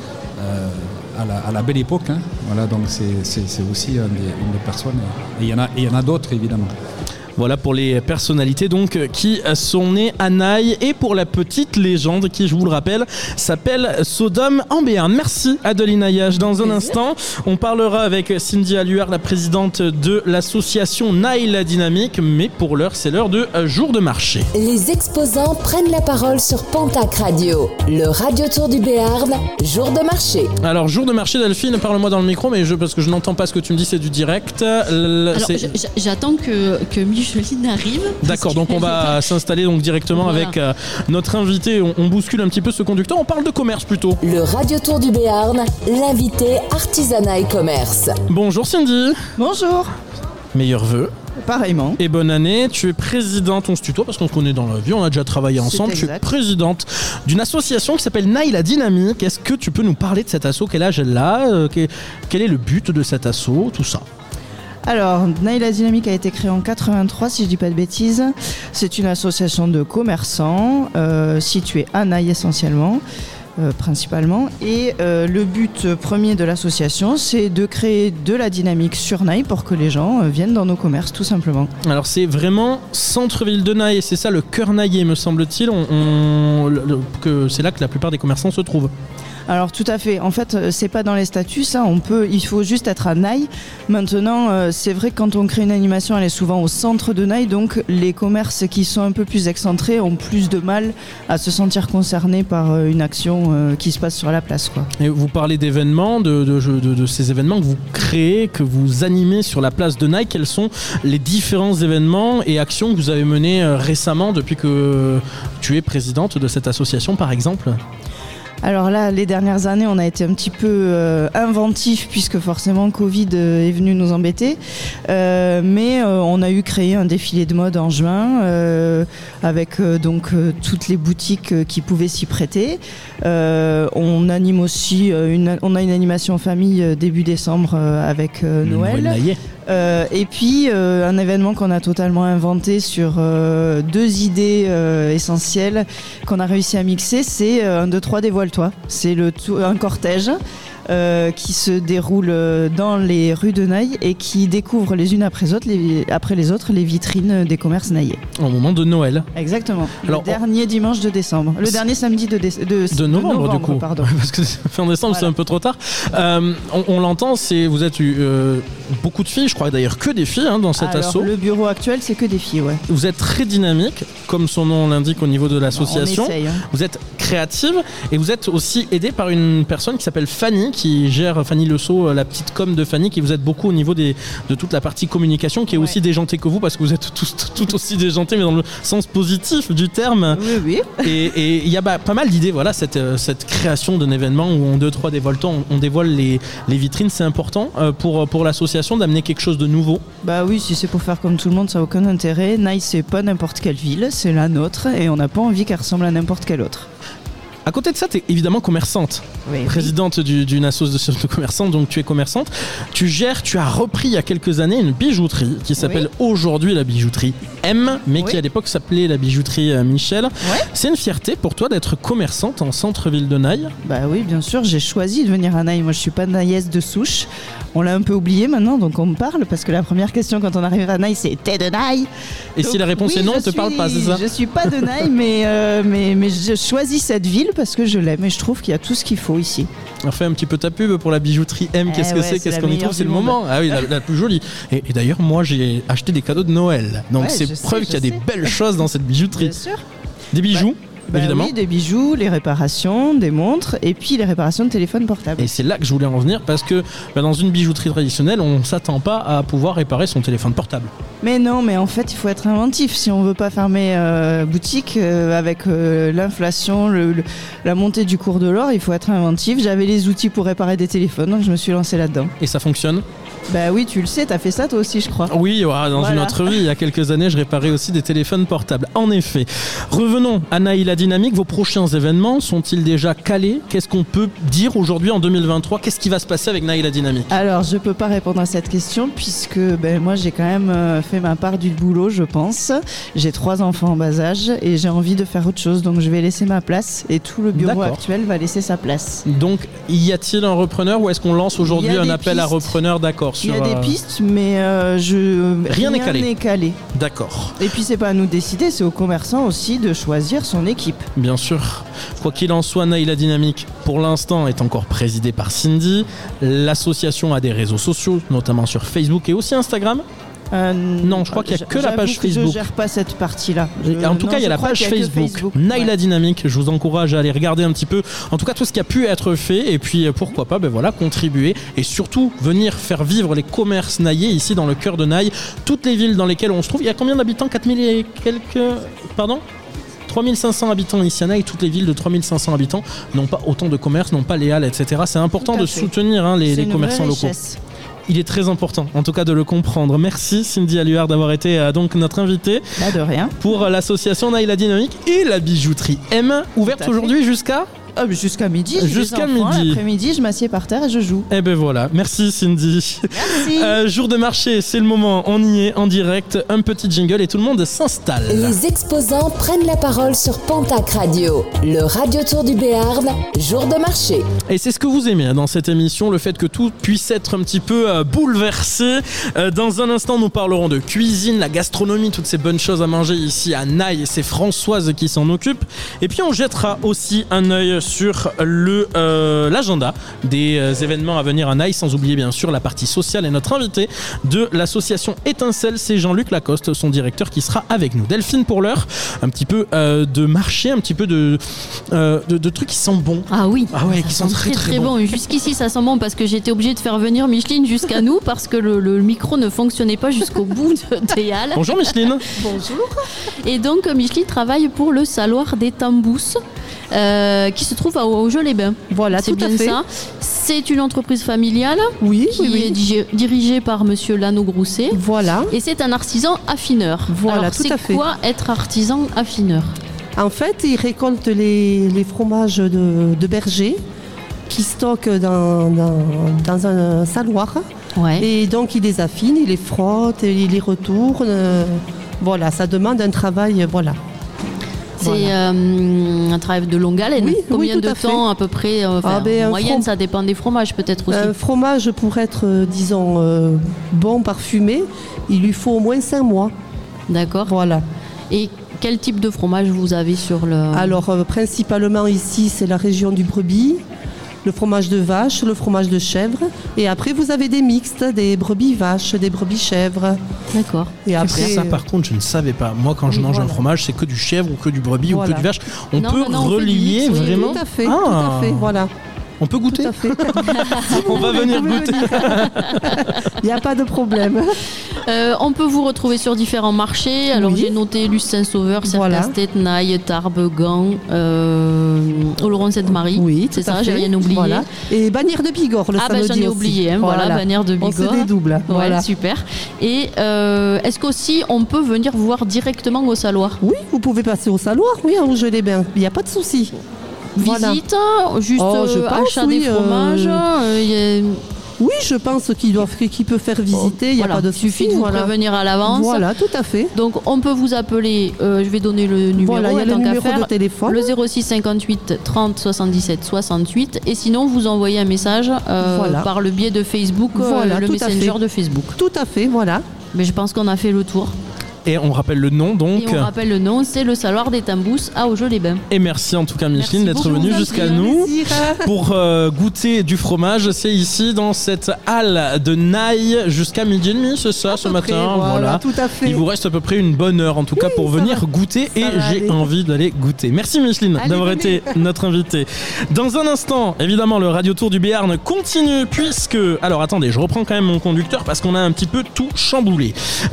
à la belle époque. Voilà, donc c'est aussi une des personnes. Et il y en a d'autres, évidemment. Voilà pour les personnalités donc qui sont nées à Naï, et pour la petite légende qui, je vous le rappelle, s'appelle Sodome en Béarn. Merci Adeline Ayache. Dans un instant, on parlera avec Cindy Alluard, la présidente de l'association Naï la Dynamique, mais pour l'heure, c'est l'heure de jour de marché. Les exposants prennent la parole sur Pontac Radio, le radio tour du Béarn, jour de marché. Alors jour de marché, Delphine, parle-moi dans le micro, mais parce que je n'entends pas ce que tu me dis, c'est du direct. J'attends que Micheline arrive. D'accord, donc on va s'installer donc directement avec notre invité. On bouscule un petit peu ce conducteur. On parle de commerce plutôt. Le radio tour du Béarn, l'invité artisanat et commerce. Bonjour Cindy. Bonjour. Meilleurs vœux. Pareillement. Et bonne année. Tu es présidente, on se tutoie parce qu'on se connaît dans la vie, on a déjà travaillé ensemble. Tu es présidente d'une association qui s'appelle Naï la Dynamique. Est-ce que tu peux nous parler de cet asso? Quel âge elle a? Quel est le but de cet asso? Tout ça. Alors, Naï la Dynamique a été créée en 83, si je dis pas de bêtises. C'est une association de commerçants située à Naï essentiellement, principalement. Et le but premier de l'association, c'est de créer de la dynamique sur Naï pour que les gens viennent dans nos commerces, tout simplement. Alors, c'est vraiment centre-ville de Naï, et c'est ça le cœur naïais, me semble-t-il, que c'est là que la plupart des commerçants se trouvent. Alors tout à fait, en fait c'est pas dans les statuts ça, il faut juste être à Naï. Maintenant c'est vrai que quand on crée une animation elle est souvent au centre de Naï, donc les commerces qui sont un peu plus excentrés ont plus de mal à se sentir concernés par une action événements qui se passent sur la place, quoi. Et vous parlez d'événements, de ces événements que vous créez, que vous animez sur la place de Naï. Quels sont les différents événements et actions que vous avez menés récemment depuis que tu es présidente de cette association, par exemple ? Alors là, les dernières années, on a été un petit peu inventif puisque forcément Covid est venu nous embêter. Mais on a créé un défilé de mode en juin avec donc toutes les boutiques qui pouvaient s'y prêter. On anime aussi on a une animation famille début décembre avec Noël. Et puis un événement qu'on a totalement inventé sur 2 idées essentielles qu'on a réussi à mixer, c'est 1, 2, 3 dévoile-toi. C'est un cortège qui se déroule dans les rues de Naï et qui découvre les unes après les autres les vitrines des commerces naïais. Au moment de Noël. Exactement. Alors, le dernier dimanche de décembre. Le dernier samedi de novembre, du coup. Pardon. Parce que fin décembre, voilà. C'est un peu trop tard. On l'entend, vous êtes beaucoup de filles, je crois d'ailleurs que des filles dans cet asso. Le bureau actuel, c'est que des filles, ouais. Vous êtes très dynamique, comme son nom l'indique au niveau de l'association. On essaye, hein. Vous êtes créative et vous êtes aussi aidée par une personne qui s'appelle Fanny, qui gère, Fanny Le Sceau, la petite com de Fanny, qui vous aide beaucoup au niveau de toute la partie communication, qui est aussi déjantée que vous, parce que vous êtes tout aussi déjanté, mais dans le sens positif du terme. Oui. Et il y a pas mal d'idées, voilà, cette création d'un événement où en 2, 3 dévoile-t-on, on dévoile les vitrines, c'est important pour l'association d'amener quelque chose de nouveau. Bah oui, si c'est pour faire comme tout le monde, ça n'a aucun intérêt. Naï, c'est pas n'importe quelle ville, c'est la nôtre, et on n'a pas envie qu'elle ressemble à n'importe quelle autre. À côté de ça, tu es évidemment commerçante, présidente d'une association de commerçants, donc tu es commerçante. Tu as repris il y a quelques années une bijouterie qui s'appelle aujourd'hui la bijouterie M, mais qui à l'époque s'appelait la bijouterie Michel. C'est une fierté pour toi d'être commerçante en centre-ville de Naï ? Bah oui, bien sûr, j'ai choisi de venir à Naï. Moi, je suis pas naïaise de souche. On l'a un peu oublié maintenant, donc on me parle, parce que la première question quand on arrive à Naï, c'est « T'es de Naï ?» Et donc, si la réponse est non, on ne te parle pas, c'est ça ? Je suis pas de Naï, mais je choisis cette ville parce que je l'aime et je trouve qu'il y a tout ce qu'il faut ici. On fait un petit peu ta pub pour la bijouterie M. Qu'est-ce que c'est ? Qu'est-ce qu'on y trouve ? C'est le moment. Ah oui, la plus jolie. Et d'ailleurs, moi, j'ai acheté des cadeaux de Noël. Donc c'est preuve qu'il y a des belles choses dans cette bijouterie. Bien sûr. Des bijoux. Évidemment. Oui, des bijoux, les réparations, des montres et puis les réparations de téléphones portables. Et c'est là que je voulais en venir parce que dans une bijouterie traditionnelle, on ne s'attend pas à pouvoir réparer son téléphone portable. Mais non, mais en fait, il faut être inventif. Si on veut pas fermer boutique avec l'inflation, la montée du cours de l'or, il faut être inventif. J'avais les outils pour réparer des téléphones, donc je me suis lancée là-dedans. Et ça fonctionne ? Bah oui, tu le sais, t'as fait ça toi aussi, je crois. Oui, dans une autre vie, il y a quelques années, je réparais aussi des téléphones portables. En effet. Revenons à Naï la dynamique. Vos prochains événements sont-ils déjà calés ? Qu'est-ce qu'on peut dire aujourd'hui en 2023 ? Qu'est-ce qui va se passer avec Naï la dynamique ? Alors, je peux pas répondre à cette question puisque moi, j'ai quand même fait ma part du boulot, je pense. J'ai 3 enfants en bas âge et j'ai envie de faire autre chose. Donc, je vais laisser ma place et tout le bureau actuel va laisser sa place. Donc, y a-t-il un repreneur ou est-ce qu'on lance aujourd'hui un appel à repreneur ? D'accord. Il y a des pistes, mais rien n'est calé. D'accord. Et puis c'est pas à nous de décider, c'est aux commerçants aussi de choisir son équipe. Bien sûr. Quoi qu'il en soit, Naï la dynamique, pour l'instant, est encore présidée par Cindy. L'association a des réseaux sociaux, notamment sur Facebook et aussi Instagram. Non, je crois qu'il n'y a que la page Facebook. Je gère pas cette partie-là. En tout cas, il y a la page Facebook. Naï la dynamique. Je vous encourage à aller regarder un petit peu. En tout cas, tout ce qui a pu être fait. Et puis, pourquoi pas, contribuer et surtout venir faire vivre les commerces naïais ici dans le cœur de Naï. Toutes les villes dans lesquelles on se trouve. Il y a combien d'habitants ? 4000 et quelques. Pardon ? 3500 habitants ici à Naï, toutes les villes de 3500 habitants n'ont pas autant de commerces, n'ont pas les halles, etc. C'est important de soutenir les commerçants locaux. Il est très important, en tout cas, de le comprendre. Merci Cindy Alluard d'avoir été donc notre invitée. De rien. Pour l'association Naï la Dynamique et la bijouterie M, ouverte aujourd'hui jusqu'à jusqu'à midi. Jusqu'à midi. Après-midi, je m'assieds par terre et je joue. Et ben voilà. Merci Cindy. Merci. Jour de marché, c'est le moment. On y est en direct. Un petit jingle et tout le monde s'installe. Les exposants prennent la parole sur Pontac Radio. Le Radio Tour du Béarn, jour de marché. Et c'est ce que vous aimez dans cette émission, le fait que tout puisse être un petit peu bouleversé. Dans un instant, nous parlerons de cuisine, la gastronomie, toutes ces bonnes choses à manger ici à Naï. Et c'est Françoise qui s'en occupe. Et puis on jettera aussi un œil sur l'agenda des événements à venir à Naï, sans oublier bien sûr la partie sociale et notre invité de l'association Étincelle, c'est Jean-Luc Lacoste, son directeur, qui sera avec nous. Delphine, pour l'heure, un petit peu de marché, un petit peu de trucs qui sentent bons. Ah oui, qui sont très bons. Jusqu'ici ça sent bon parce que j'étais obligée de faire venir Micheline jusqu'à nous parce que le micro ne fonctionnait pas jusqu'au bout des halles. Bonjour Micheline. Bonjour. Et donc Micheline travaille pour le Saloir des Tambous qui se trouve au Jeu-les-Bains. Voilà, c'est tout bien à fait. ça. C'est une entreprise familiale qui est dirigée par monsieur Lano Grousset. Voilà. Et c'est un artisan affineur. Voilà, alors, tout à fait. C'est quoi être artisan affineur? En fait, il récolte les fromages de berger qui stockent dans un saloir. Ouais. Et donc, il les affine, il les frotte, il les retourne. Voilà, ça demande un travail, voilà. C'est un travail de longue haleine. Oui, Combien tout de à temps fait. à peu près en moyenne, ça dépend des fromages peut-être aussi. Un fromage pour être, disons, bon, parfumé, il lui faut au moins 5 mois. D'accord. Voilà. Et quel type de fromage vous avez sur le... Alors, principalement ici, c'est la région du brebis, le fromage de vache, le fromage de chèvre. Et après, vous avez des mixtes, des brebis vaches, des brebis chèvres. D'accord. Et après, ça, par contre, je ne savais pas. Moi, quand je mange un fromage, c'est que du chèvre ou que du brebis ou que du vache. On peut relier vraiment. Tout à fait, tout à fait, voilà. On peut goûter? Tout à fait. On va venir goûter. Il n'y a pas de problème. On peut vous retrouver sur différents marchés. Alors j'ai noté Luce Saint-Sauveur, Cercastet, Naï, Tarbes, Gand, Oloron-Sainte-Marie. Oui, c'est ça, j'ai rien oublié. Voilà. Et Bagnères de Bigorre, le samedi j'en ai oublié, hein, voilà, Bagnères de Bigorre. On se dédouble. Voilà. Super. Et est-ce qu'aussi on peut venir vous voir directement au Saloir? Oui, vous pouvez passer au Saloir, oui, à Jeu-les-Bains. Il n'y a pas de souci. Visite, juste achat des fromages. Oui, je pense qu'il peut faire visiter, il n'y a pas de souci. Il suffit de vous prévenir à l'avance. Voilà, tout à fait. Donc on peut vous appeler, je vais donner le numéro, voilà, il y a le numéro de téléphone. Le 06 58 30 77 68. Et sinon, vous envoyez un message par le biais de Facebook, le Messenger de Facebook. Tout à fait, voilà. Mais je pense qu'on a fait le tour. Et on rappelle le nom donc. Et on rappelle le nom, c'est le Saloir des Tambous à Aujeux-les-Bains. Et merci en tout cas Micheline d'être venue jusqu'à nous pour goûter du fromage. C'est ici dans cette halle de Naï jusqu'à 12h30, c'est ça, ce matin. Voilà, tout à fait. Il vous reste à peu près une bonne heure en tout cas pour venir goûter et j'ai envie d'aller goûter. Merci Micheline d'avoir été notre invitée. Dans un instant, évidemment, le Radio Tour du Béarn continue puisque... Alors attendez, je reprends quand même mon conducteur parce qu'on a un petit peu tout chamboulé.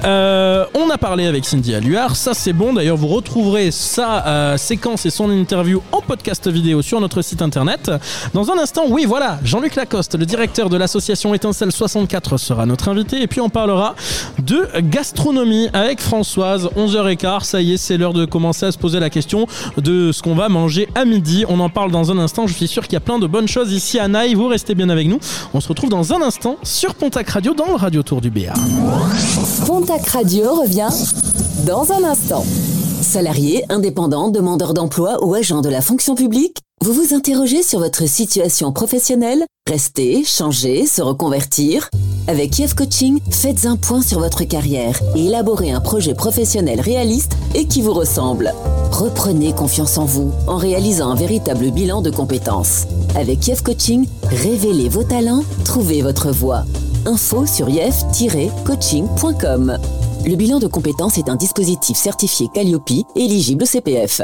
On a parlé avec Cindy Alluard, ça c'est bon. D'ailleurs, vous retrouverez sa séquence et son interview en podcast vidéo sur notre site internet. Dans un instant, oui, voilà, Jean-Luc Lacoste, le directeur de l'association Étincelle 64, sera notre invité. Et puis, on parlera de gastronomie avec Françoise. 11h15, ça y est, c'est l'heure de commencer à se poser la question de ce qu'on va manger à midi. On en parle dans un instant. Je suis sûr qu'il y a plein de bonnes choses ici à Naï. Vous restez bien avec nous. On se retrouve dans un instant sur Pontac Radio dans le Radio Tour du Béarn. Pontac Radio revient dans un instant. Salariés, indépendants, demandeurs d'emploi ou agents de la fonction publique, vous vous interrogez sur votre situation professionnelle? Rester, changer, se reconvertir? Avec IF Coaching, faites un point sur votre carrière et élaborez un projet professionnel réaliste et qui vous ressemble. Reprenez confiance en vous en réalisant un véritable bilan de compétences. Avec IF Coaching, révélez vos talents, trouvez votre voie. Info sur if-coaching.com. Le bilan de compétences est un dispositif certifié Calliope, éligible au CPF.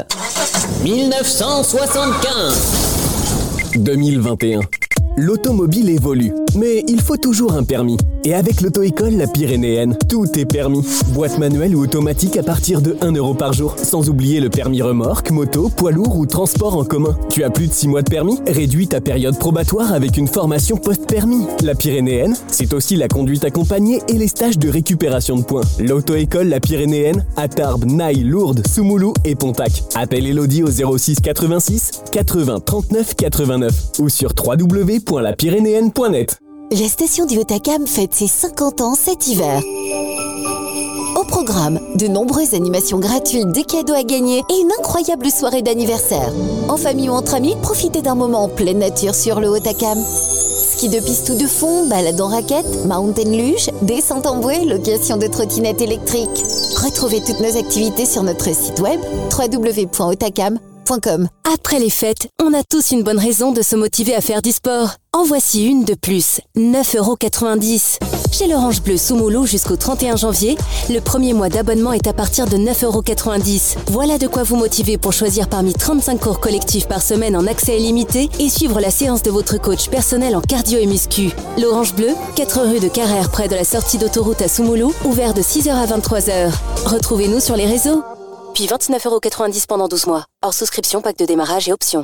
1975 2021. L'automobile évolue, mais il faut toujours un permis. Et avec l'auto-école La Pyrénéenne, tout est permis. Boîte manuelle ou automatique à partir de 1 € par jour. Sans oublier le permis remorque, moto, poids lourd ou transport en commun. Tu as plus de 6 mois de permis? Réduis ta période probatoire avec une formation post-permis. La Pyrénéenne, c'est aussi la conduite accompagnée et les stages de récupération de points. L'auto-école La Pyrénéenne à Tarbes, Naï, Lourdes, Soumoulou et Pontac. Appelle Elodie au 06 86 80 39 89 ou sur www.lapyrénéenne.net. La station du Hautacam fête ses 50 ans cet hiver. Au programme, de nombreuses animations gratuites, des cadeaux à gagner et une incroyable soirée d'anniversaire. En famille ou entre amis, profitez d'un moment en pleine nature sur le Hautacam. Ski de piste ou de fond, balade en raquette, mountain luge, descente en bouée, location de trottinettes électriques. Retrouvez toutes nos activités sur notre site web www.hautacam.fr. .com. Après les fêtes, on a tous une bonne raison de se motiver à faire du sport. En voici une de plus, 9,90 €. Chez l'Orange Bleu sous Moulot jusqu'au 31 janvier, le premier mois d'abonnement est à partir de 9,90 €. Voilà de quoi vous motiver pour choisir parmi 35 cours collectifs par semaine en accès illimité et suivre la séance de votre coach personnel en cardio et muscu. L'Orange Bleu, 4 rue de Carrère près de la sortie d'autoroute à Soumoulou, ouvert de 6h à 23h. Retrouvez-nous sur les réseaux. Puis 29,90 € pendant 12 mois. Hors souscription, pack de démarrage et options.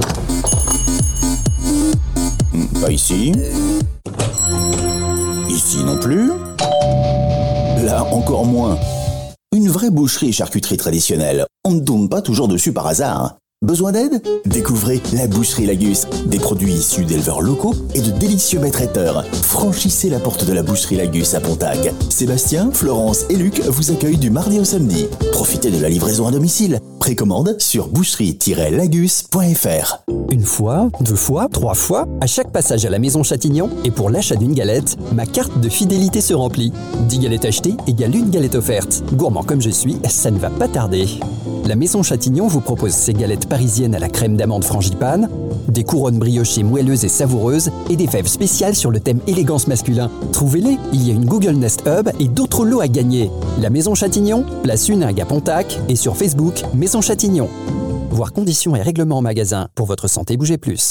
Pas ici. Ici non plus. Là encore moins. Une vraie boucherie et charcuterie traditionnelle. On ne tombe pas toujours dessus par hasard. Besoin d'aide? Découvrez la Boucherie Lagus. Des produits issus d'éleveurs locaux et de délicieux maîtres traiteurs. Franchissez la porte de la Boucherie Lagus à Pontac. Sébastien, Florence et Luc vous accueillent du mardi au samedi. Profitez de la livraison à domicile. Précommande sur boucherie-lagus.fr. Une fois, 2 fois, 3 fois, à chaque passage à la Maison Châtillon et pour l'achat d'une galette, ma carte de fidélité se remplit. 10 galettes achetées égale une galette offerte. Gourmand comme je suis, ça ne va pas tarder. La Maison Châtillon vous propose ses galettes parisiennes à la crème d'amande frangipane, des couronnes briochées moelleuses et savoureuses et des fèves spéciales sur le thème élégance masculin. Trouvez-les, il y a une Google Nest Hub et d'autres lots à gagner. La Maison Châtillon, place Uningue à Pontac et sur Facebook Maison Châtillon. Voir conditions et règlements en magasin. Pour votre santé, bougez plus.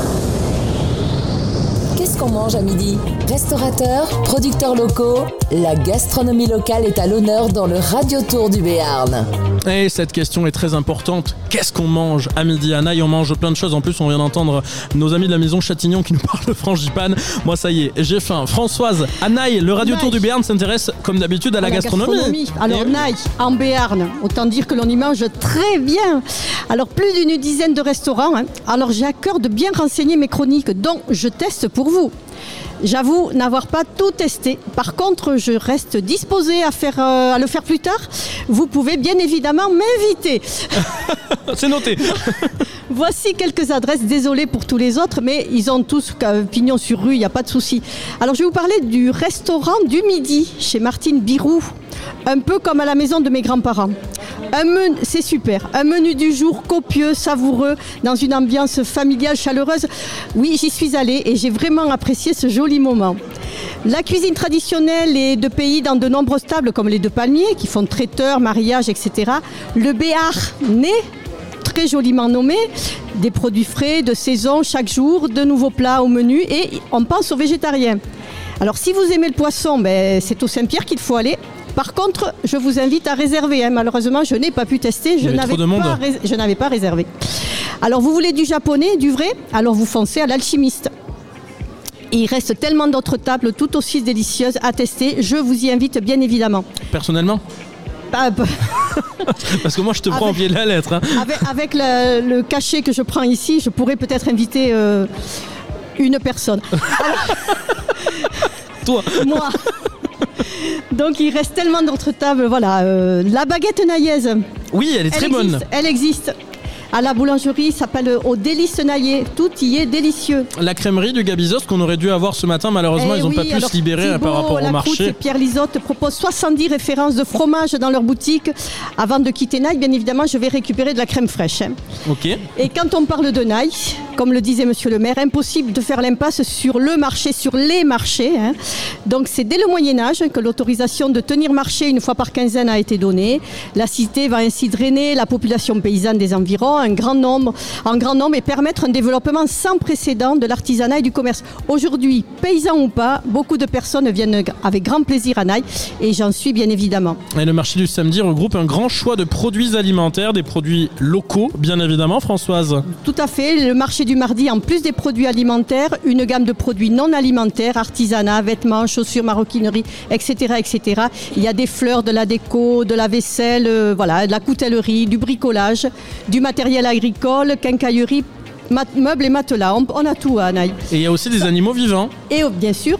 Qu'est-ce qu'on mange à midi? Restaurateurs, producteurs locaux, la gastronomie locale est à l'honneur dans le Radio Tour du Béarn. Et cette question est très importante. Qu'est-ce qu'on mange à midi à Naï? On mange plein de choses. En plus, on vient d'entendre nos amis de la Maison Châtillon qui nous parlent de frangipane. Moi, ça y est, j'ai faim. Françoise, à Naï, le Radio Tour du Béarn s'intéresse comme d'habitude à la gastronomie. Alors Naï, en Béarn, autant dire que l'on y mange très bien. Alors plus d'une dizaine de restaurants. Alors j'ai à cœur de bien renseigner mes chroniques, dont je teste pour vous. J'avoue n'avoir pas tout testé. Par contre, je reste disposée à le faire plus tard. Vous pouvez bien évidemment m'inviter. C'est noté. Voici quelques adresses. Désolée pour tous les autres, mais ils ont tous pignon sur rue, il n'y a pas de souci. Alors, je vais vous parler du restaurant du midi chez Martine Birou. Un peu comme à la maison de mes grands-parents. C'est super. Un menu du jour copieux, savoureux, dans une ambiance familiale, chaleureuse. Oui, j'y suis allée et j'ai vraiment apprécié ce joli moment. La cuisine traditionnelle est de pays dans de nombreuses tables, comme les Deux Palmiers, qui font traiteur, mariage, etc. Le Béarnais, très joliment nommé, des produits frais, de saison, chaque jour, de nouveaux plats au menu, et on pense aux végétariens. Alors, si vous aimez le poisson, c'est au Saint-Pierre qu'il faut aller. Par contre, je vous invite à réserver. Malheureusement, je n'ai pas pu tester. Je n'avais pas réservé. Alors, vous voulez du japonais, du vrai? Alors, vous foncez à l'Alchimiste. Il reste tellement d'autres tables tout aussi délicieuses à tester. Je vous y invite bien évidemment. Personnellement? Parce que moi, je te prends au pied de la lettre. Hein. Avec le cachet que je prends ici, je pourrais peut-être inviter une personne. Toi? Moi. Donc il reste tellement d'autres tables. Voilà, la baguette naïaise. Oui, elle est très bonne. Elle existe. À la boulangerie, ça s'appelle au Délice Naillé. Tout y est délicieux. La crèmerie du Gabizos qu'on aurait dû avoir ce matin, malheureusement, ils n'ont pas pu se libérer par rapport au marché. Pierre Lisotte propose 70 références de fromage dans leur boutique. Avant de quitter Naï, bien évidemment, je vais récupérer de la crème fraîche. Ok. Et quand on parle de Naï, comme le disait monsieur le maire, impossible de faire l'impasse sur le marché, sur les marchés. Donc c'est dès le Moyen-Âge que l'autorisation de tenir marché une fois par quinzaine a été donnée. La cité va ainsi drainer la population paysanne des environs en grand nombre et permettre un développement sans précédent de l'artisanat et du commerce. Aujourd'hui, paysans ou pas, beaucoup de personnes viennent avec grand plaisir à Naï et j'en suis bien évidemment. Et le marché du samedi regroupe un grand choix de produits alimentaires, des produits locaux, bien évidemment, Françoise. Tout à fait. Le marché du mardi, en plus des produits alimentaires, une gamme de produits non alimentaires, artisanat, vêtements, chaussures, maroquinerie, etc., etc. Il y a des fleurs, de la déco, de la vaisselle, de la coutellerie, du bricolage, du matériel agricole, quincaillerie, meubles et matelas. On a tout à Naï. Et il y a aussi des animaux vivants. Et bien sûr,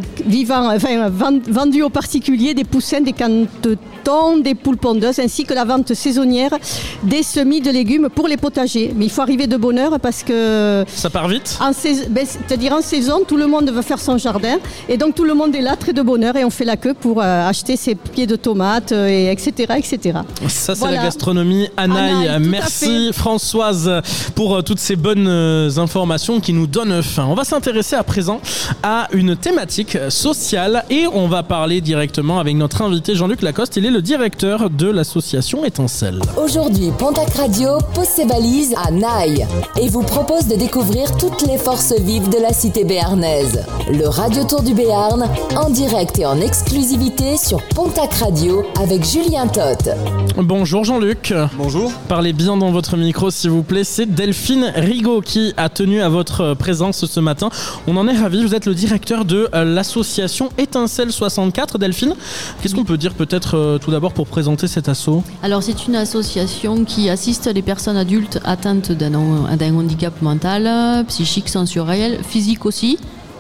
vendu aux particuliers des poussins, des canetons, des poules pondeuses, ainsi que la vente saisonnière des semis de légumes pour les potagers. Mais il faut arriver de bonne heure parce que... Ça part vite c'est-à-dire en saison, tout le monde veut faire son jardin. Et donc tout le monde est là très de bonne heure et on fait la queue pour acheter ses pieds de tomates, etc., etc. Ça, c'est la gastronomie à Naï. Merci Françoise pour toutes ces bonnes informations qui nous donnent faim. On va s'intéresser à présent à une thématique sociale et on va parler directement avec notre invité Jean-Luc Lacoste. Il est le directeur de l'association Étincelle. Aujourd'hui, Pontac Radio pose ses balises à Naï et vous propose de découvrir toutes les forces vives de la cité béarnaise. Le Radio Tour du Béarn, en direct et en exclusivité sur Pontac Radio avec Julien Todt. Bonjour Jean-Luc. Bonjour. Parlez bien dans votre micro s'il vous plaît. C'est Delphine Rigaud qui a tenu à votre présence ce matin. On en est ravis. Vous êtes le directeur de l'association Étincelle 64. Delphine, qu'est-ce qu'on peut dire peut-être tout d'abord pour présenter cet asso ? Alors c'est une association qui assiste les personnes adultes atteintes d'un handicap mental, psychique, sensoriel, physique aussi.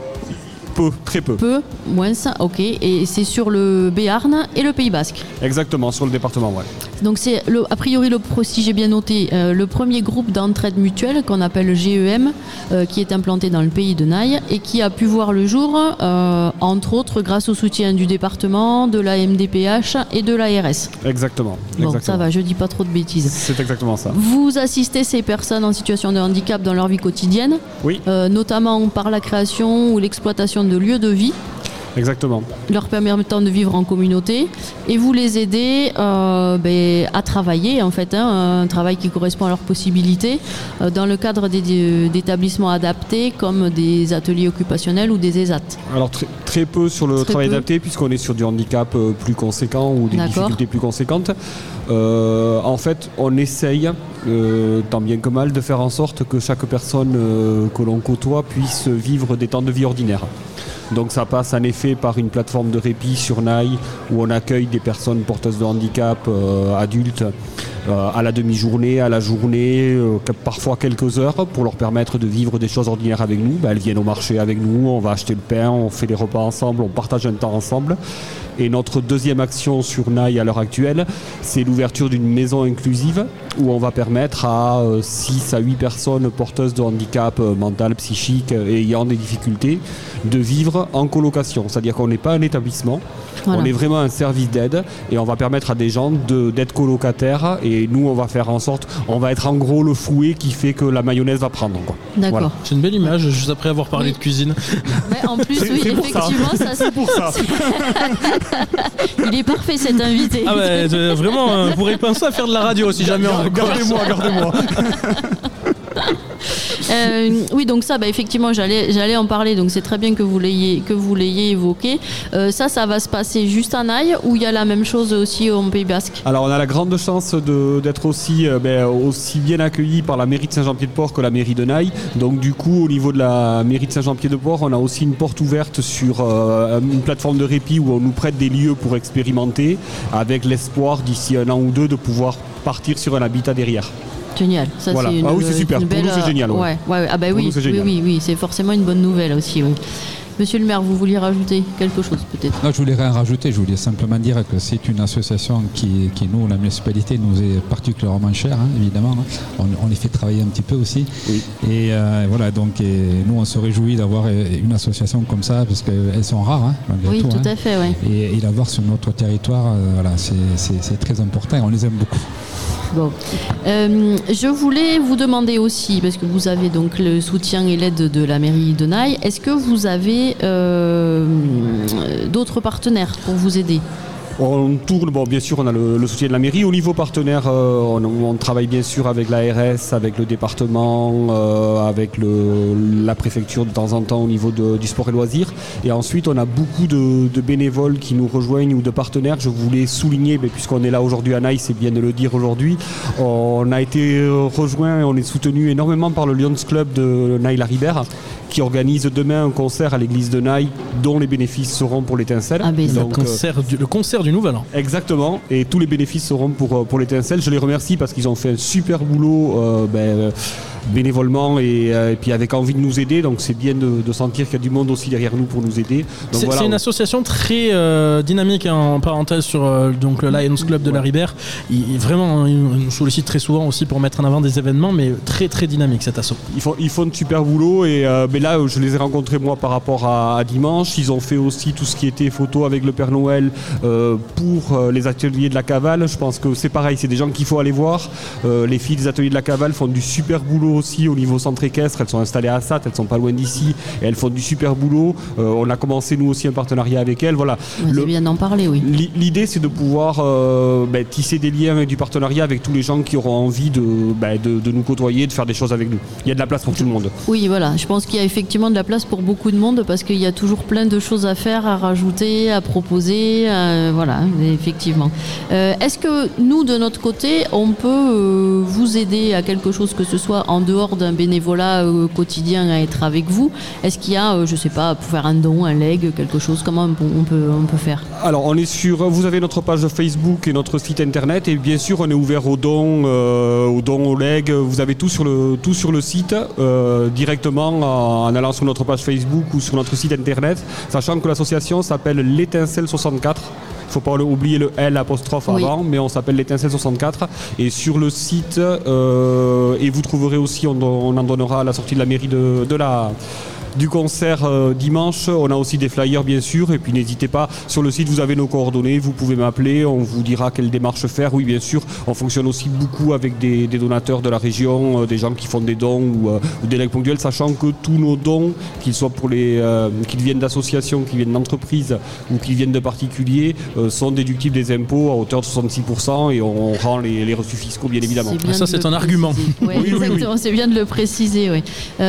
Très peu. Peu, moins, ok. Et c'est sur le Béarn et le Pays Basque. Exactement, sur le département, ouais. Donc c'est a priori, si j'ai bien noté, le premier groupe d'entraide mutuelle qu'on appelle GEM, qui est implanté dans le pays de Naï et qui a pu voir le jour, entre autres, grâce au soutien du département, de la MDPH et de l'ARS. Exactement. Bon, ça va, je dis pas trop de bêtises. C'est exactement ça. Vous assistez ces personnes en situation de handicap dans leur vie quotidienne, oui. Notamment par la création ou l'exploitation de lieux de vie. Exactement. Leur permettant de vivre en communauté et vous les aidez à travailler en fait, un travail qui correspond à leurs possibilités dans le cadre d'établissements adaptés comme des ateliers occupationnels ou des ESAT. Alors très peu sur le travail adapté puisqu'on est sur du handicap plus conséquent ou des difficultés plus conséquentes. En fait, on essaye, tant bien que mal, de faire en sorte que chaque personne que l'on côtoie puisse vivre des temps de vie ordinaires. Donc ça passe en effet par une plateforme de répit sur Naï où on accueille des personnes porteuses de handicap adultes à la demi-journée, à la journée, parfois quelques heures pour leur permettre de vivre des choses ordinaires avec nous. Elles viennent au marché avec nous, on va acheter le pain, on fait les repas ensemble, on partage un temps ensemble. Et notre deuxième action sur Naï à l'heure actuelle, c'est l'ouverture d'une maison inclusive où on va permettre à 6 à 8 personnes porteuses de handicap mental, psychique et ayant des difficultés de vivre en colocation. C'est-à-dire qu'on n'est pas un établissement, on est vraiment un service d'aide et on va permettre à des gens d'être colocataires et nous on va faire en sorte, on va être en gros le fouet qui fait que la mayonnaise va prendre. Quoi. D'accord. Voilà. C'est une belle image juste après avoir parlé de cuisine. Mais en plus, oui, effectivement, ça c'est pour ça. Il est parfait cet invité. Ah ouais, vraiment, vous pourrez penser à faire de la radio si jamais on Gardez-moi. Oui, donc ça, effectivement, j'allais en parler. Donc c'est très bien que vous l'ayez évoqué. Ça va se passer juste à Naï ou il y a la même chose aussi au Pays Basque ? Alors on a la grande chance d'être aussi bien accueillis par la mairie de Saint-Jean-Pied-de-Port que la mairie de Naï. Donc du coup, au niveau de la mairie de Saint-Jean-Pied-de-Port, on a aussi une porte ouverte sur une plateforme de répit où on nous prête des lieux pour expérimenter, avec l'espoir d'ici 1 an ou 2 de pouvoir partir sur un habitat derrière. Génial, ça voilà. C'est oui, c'est super. Pour nous, c'est génial. Ouais. Ah bah oui, oui, c'est forcément une bonne nouvelle aussi. Oui. Monsieur le maire, vous vouliez rajouter quelque chose peut-être ? Non, je voulais rien rajouter. Je voulais simplement dire que c'est une association qui nous, la municipalité, nous est particulièrement chère, évidemment. On les fait travailler un petit peu aussi. Oui. Et voilà, donc nous, on se réjouit d'avoir une association comme ça parce qu'elles sont rares. Oui, tout à fait. Ouais. Et l'avoir sur notre territoire, c'est très important et on les aime beaucoup. Bon. Je voulais vous demander aussi, parce que vous avez donc le soutien et l'aide de la mairie de Naï, est-ce que vous avez d'autres partenaires pour vous aider ? On tourne, bien sûr, on a le soutien de la mairie. Au niveau partenaire, on travaille bien sûr avec l'ARS, avec le département, avec la préfecture de temps en temps au niveau du sport et loisirs. Et ensuite, on a beaucoup de bénévoles qui nous rejoignent ou de partenaires. Je voulais souligner, puisqu'on est là aujourd'hui à Naï, c'est bien de le dire aujourd'hui, on a été rejoint et on est soutenu énormément par le Lions Club de Naï-la-Ribère, qui organise demain un concert à l'église de Naï dont les bénéfices seront pour l'Étincelle. Donc, le concert du Nouvel An. Exactement, et tous les bénéfices seront pour l'Étincelle. Je les remercie parce qu'ils ont fait un super boulot bénévolement et puis avec envie de nous aider. Donc c'est bien de sentir qu'il y a du monde aussi derrière nous pour nous aider. Donc, c'est une association très dynamique, en parenthèse, sur donc le Lions Club de la Ribère. Ils nous sollicitent très souvent aussi pour mettre en avant des événements, mais très très dynamique cette asso. Ils font de super boulot et mais là je les ai rencontrés moi par rapport à dimanche. Ils ont fait aussi tout ce qui était photo avec le Père Noël pour les ateliers de la Cavale. Je pense que c'est pareil, c'est des gens qu'il faut aller voir. Les filles des ateliers de la Cavale font du super boulot aussi au niveau centre équestre. Elles sont installées à Satt, elles sont pas loin d'ici et elles font du super boulot. On a commencé nous aussi un partenariat avec elles. Voilà. C'est bien d'en parler, oui. L'idée c'est de pouvoir tisser des liens et du partenariat avec tous les gens qui auront envie de nous côtoyer, de faire des choses avec nous. Il y a de la place pour tout le monde. Oui, voilà. Je pense qu'il y a effectivement de la place pour beaucoup de monde parce qu'il y a toujours plein de choses à faire, à rajouter, à proposer. Voilà, effectivement. Est-ce que nous, de notre côté, on peut vous aider à quelque chose que ce soit en dehors d'un bénévolat quotidien à être avec vous? Est-ce qu'il y a, je sais pas, pour faire un don, un leg, quelque chose? Comment on peut faire? Alors, on est vous avez notre page Facebook et notre site internet et bien sûr, on est ouvert aux dons, aux legs. Vous avez tout sur le site directement en allant sur notre page Facebook ou sur notre site internet, sachant que l'association s'appelle l'Étincelle 64. Il ne faut pas oublier le L apostrophe avant, mais on s'appelle l'Étincelle 64. Et sur le site, et vous trouverez aussi, on en donnera à la sortie de la mairie du concert dimanche. On a aussi des flyers bien sûr et puis n'hésitez pas, sur le site vous avez nos coordonnées, vous pouvez m'appeler, on vous dira quelle démarche faire. Oui bien sûr, on fonctionne aussi beaucoup avec des donateurs de la région, des gens qui font des dons ou des legs ponctuels, sachant que tous nos dons, qu'ils soient pour qu'ils viennent d'associations, qu'ils viennent d'entreprises ou qu'ils viennent de particuliers, sont déductibles des impôts à hauteur de 66% et on rend les reçus fiscaux bien évidemment. Ça c'est un argument. Oui, exactement, c'est bien de le préciser. Oui.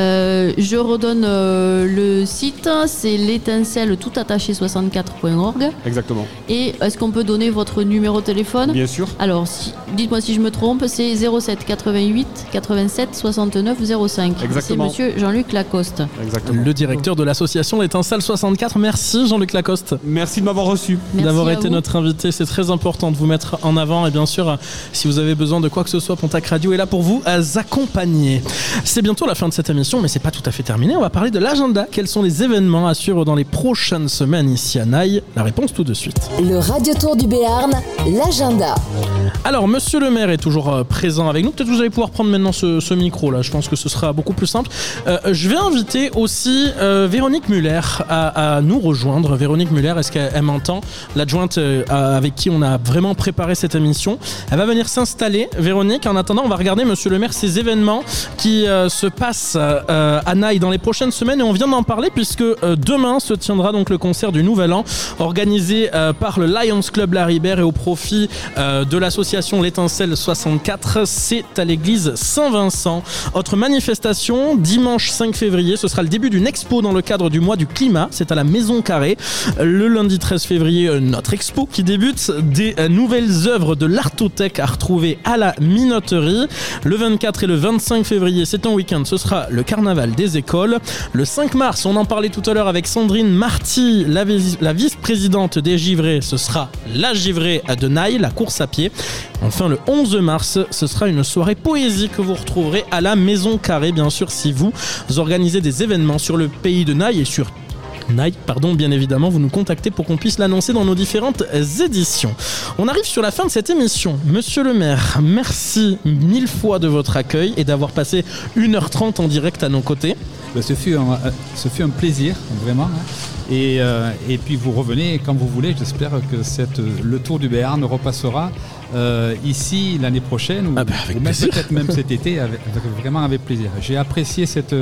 Je redonne le site, c'est l'étincelle tout attaché 64.org. Exactement. Et est-ce qu'on peut donner votre numéro de téléphone? Bien sûr. Alors, dites-moi si je me trompe, c'est 07 88 87 69 05. Exactement. C'est monsieur Jean-Luc Lacoste. Exactement. Le directeur de l'association L'Étincelle 64. Merci Jean-Luc Lacoste. Merci de m'avoir reçu. D'avoir été notre invité. C'est très important de vous mettre en avant et bien sûr, si vous avez besoin de quoi que ce soit, Pontac Radio est là pour vous accompagner. C'est bientôt la fin de cette émission, mais c'est pas tout à fait terminé. On va parler de l'agenda. Quels sont les événements à suivre dans les prochaines semaines ici à Naï? La réponse tout de suite. Le Radio Tour du Béarn, l'agenda. Alors, monsieur le maire est toujours présent avec nous. Peut-être que vous allez pouvoir prendre maintenant ce micro-là. Je pense que ce sera beaucoup plus simple. Je vais inviter aussi Véronique Muller à nous rejoindre. Véronique Muller, est-ce qu'elle m'entend? L'adjointe avec qui on a vraiment préparé cette émission. Elle va venir s'installer. Véronique, en attendant, on va regarder, monsieur le maire, ces événements qui se passent à Naï dans les prochaines semaines. Et on vient d'en parler puisque demain se tiendra donc le concert du Nouvel An organisé par le Lions Club La Ribère et au profit de l'association L'Étincelle 64. C'est à l'église Saint-Vincent. Autre manifestation, dimanche 5 février, ce sera le début d'une expo dans le cadre du mois du climat. C'est à la Maison Carrée. Le lundi 13 février, notre expo qui débute. Des nouvelles œuvres de l'Artothèque à retrouver à la Minoterie. Le 24 et le 25 février, c'est un week-end, ce sera le carnaval des écoles. Le 5 mars, on en parlait tout à l'heure avec Sandrine Marty, la vice-présidente des Givrés, ce sera la Givrée de Naï, la course à pied. Enfin, le 11 mars, ce sera une soirée poésie que vous retrouverez à la Maison Carrée, bien sûr, si vous organisez des événements sur le pays de Naï et sur Naï, bien évidemment, vous nous contactez pour qu'on puisse l'annoncer dans nos différentes éditions. On arrive sur la fin de cette émission. Monsieur le maire, merci 1000 fois de votre accueil et d'avoir passé 1h30 en direct à nos côtés. Ce fut un plaisir, vraiment. Et puis vous revenez quand vous voulez. J'espère que le Tour du Béarn repassera ici l'année prochaine ou peut-être même cet été vraiment avec plaisir. J'ai apprécié cette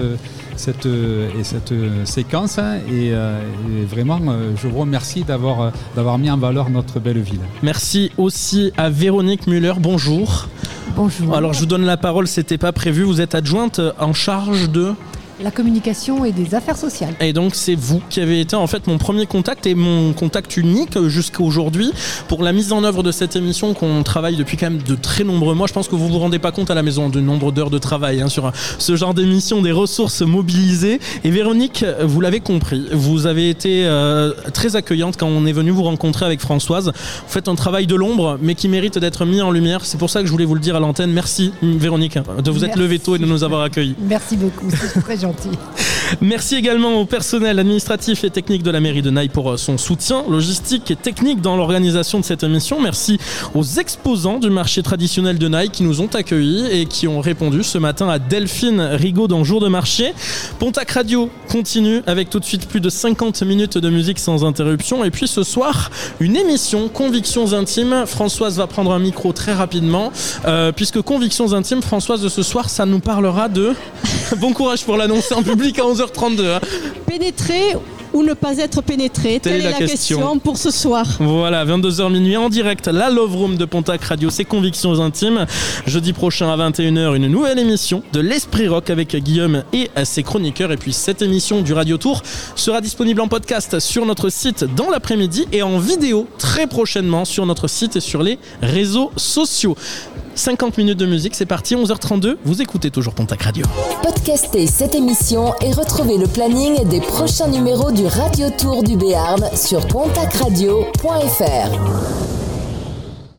séquence et vraiment je vous remercie d'avoir mis en valeur notre belle ville. Merci aussi à Véronique Muller. Bonjour. Bonjour. Alors je vous donne la parole, c'était pas prévu. Vous êtes adjointe en charge de la communication et des affaires sociales. Et donc c'est vous qui avez été en fait mon premier contact et mon contact unique jusqu'à aujourd'hui pour la mise en œuvre de cette émission qu'on travaille depuis quand même de très nombreux mois. Je pense que vous vous rendez pas compte à la maison du nombre d'heures de travail sur ce genre d'émission, des ressources mobilisées. Et Véronique, vous l'avez compris, vous avez été très accueillante quand on est venu vous rencontrer avec Françoise. Vous faites un travail de l'ombre mais qui mérite d'être mis en lumière. C'est pour ça que je voulais vous le dire à l'antenne. Merci Véronique de vous être levée tôt et de nous avoir accueillis. Merci beaucoup, c'est très gentil. Merci également au personnel administratif et technique de la mairie de Naï pour son soutien logistique et technique dans l'organisation de cette émission. Merci aux exposants du marché traditionnel de Naï qui nous ont accueillis et qui ont répondu ce matin à Delphine Rigaud dans Jour de marché. Pontac Radio continue avec tout de suite plus de 50 minutes de musique sans interruption. Et puis ce soir, une émission Convictions Intimes. Françoise va prendre un micro très rapidement puisque Convictions Intimes, Françoise, de ce soir, ça nous parlera de... Bon courage pour l'annoncer en public à 11h32. Pénétrer ou ne pas être pénétré, telle est la question pour ce soir. Voilà, 22h minuit en direct, la Love Room de Pontac Radio, c'est Convictions Intimes. Jeudi prochain à 21h, une nouvelle émission de l'Esprit Rock avec Guillaume et ses chroniqueurs. Et puis cette émission du Radio Tour sera disponible en podcast sur notre site dans l'après-midi et en vidéo très prochainement sur notre site et sur les réseaux sociaux. 50 minutes de musique, c'est parti, 11h32, vous écoutez toujours Pontac Radio. Podcastez cette émission et retrouvez le planning des prochains numéros du Radio Tour du Béarn sur pontacradio.fr.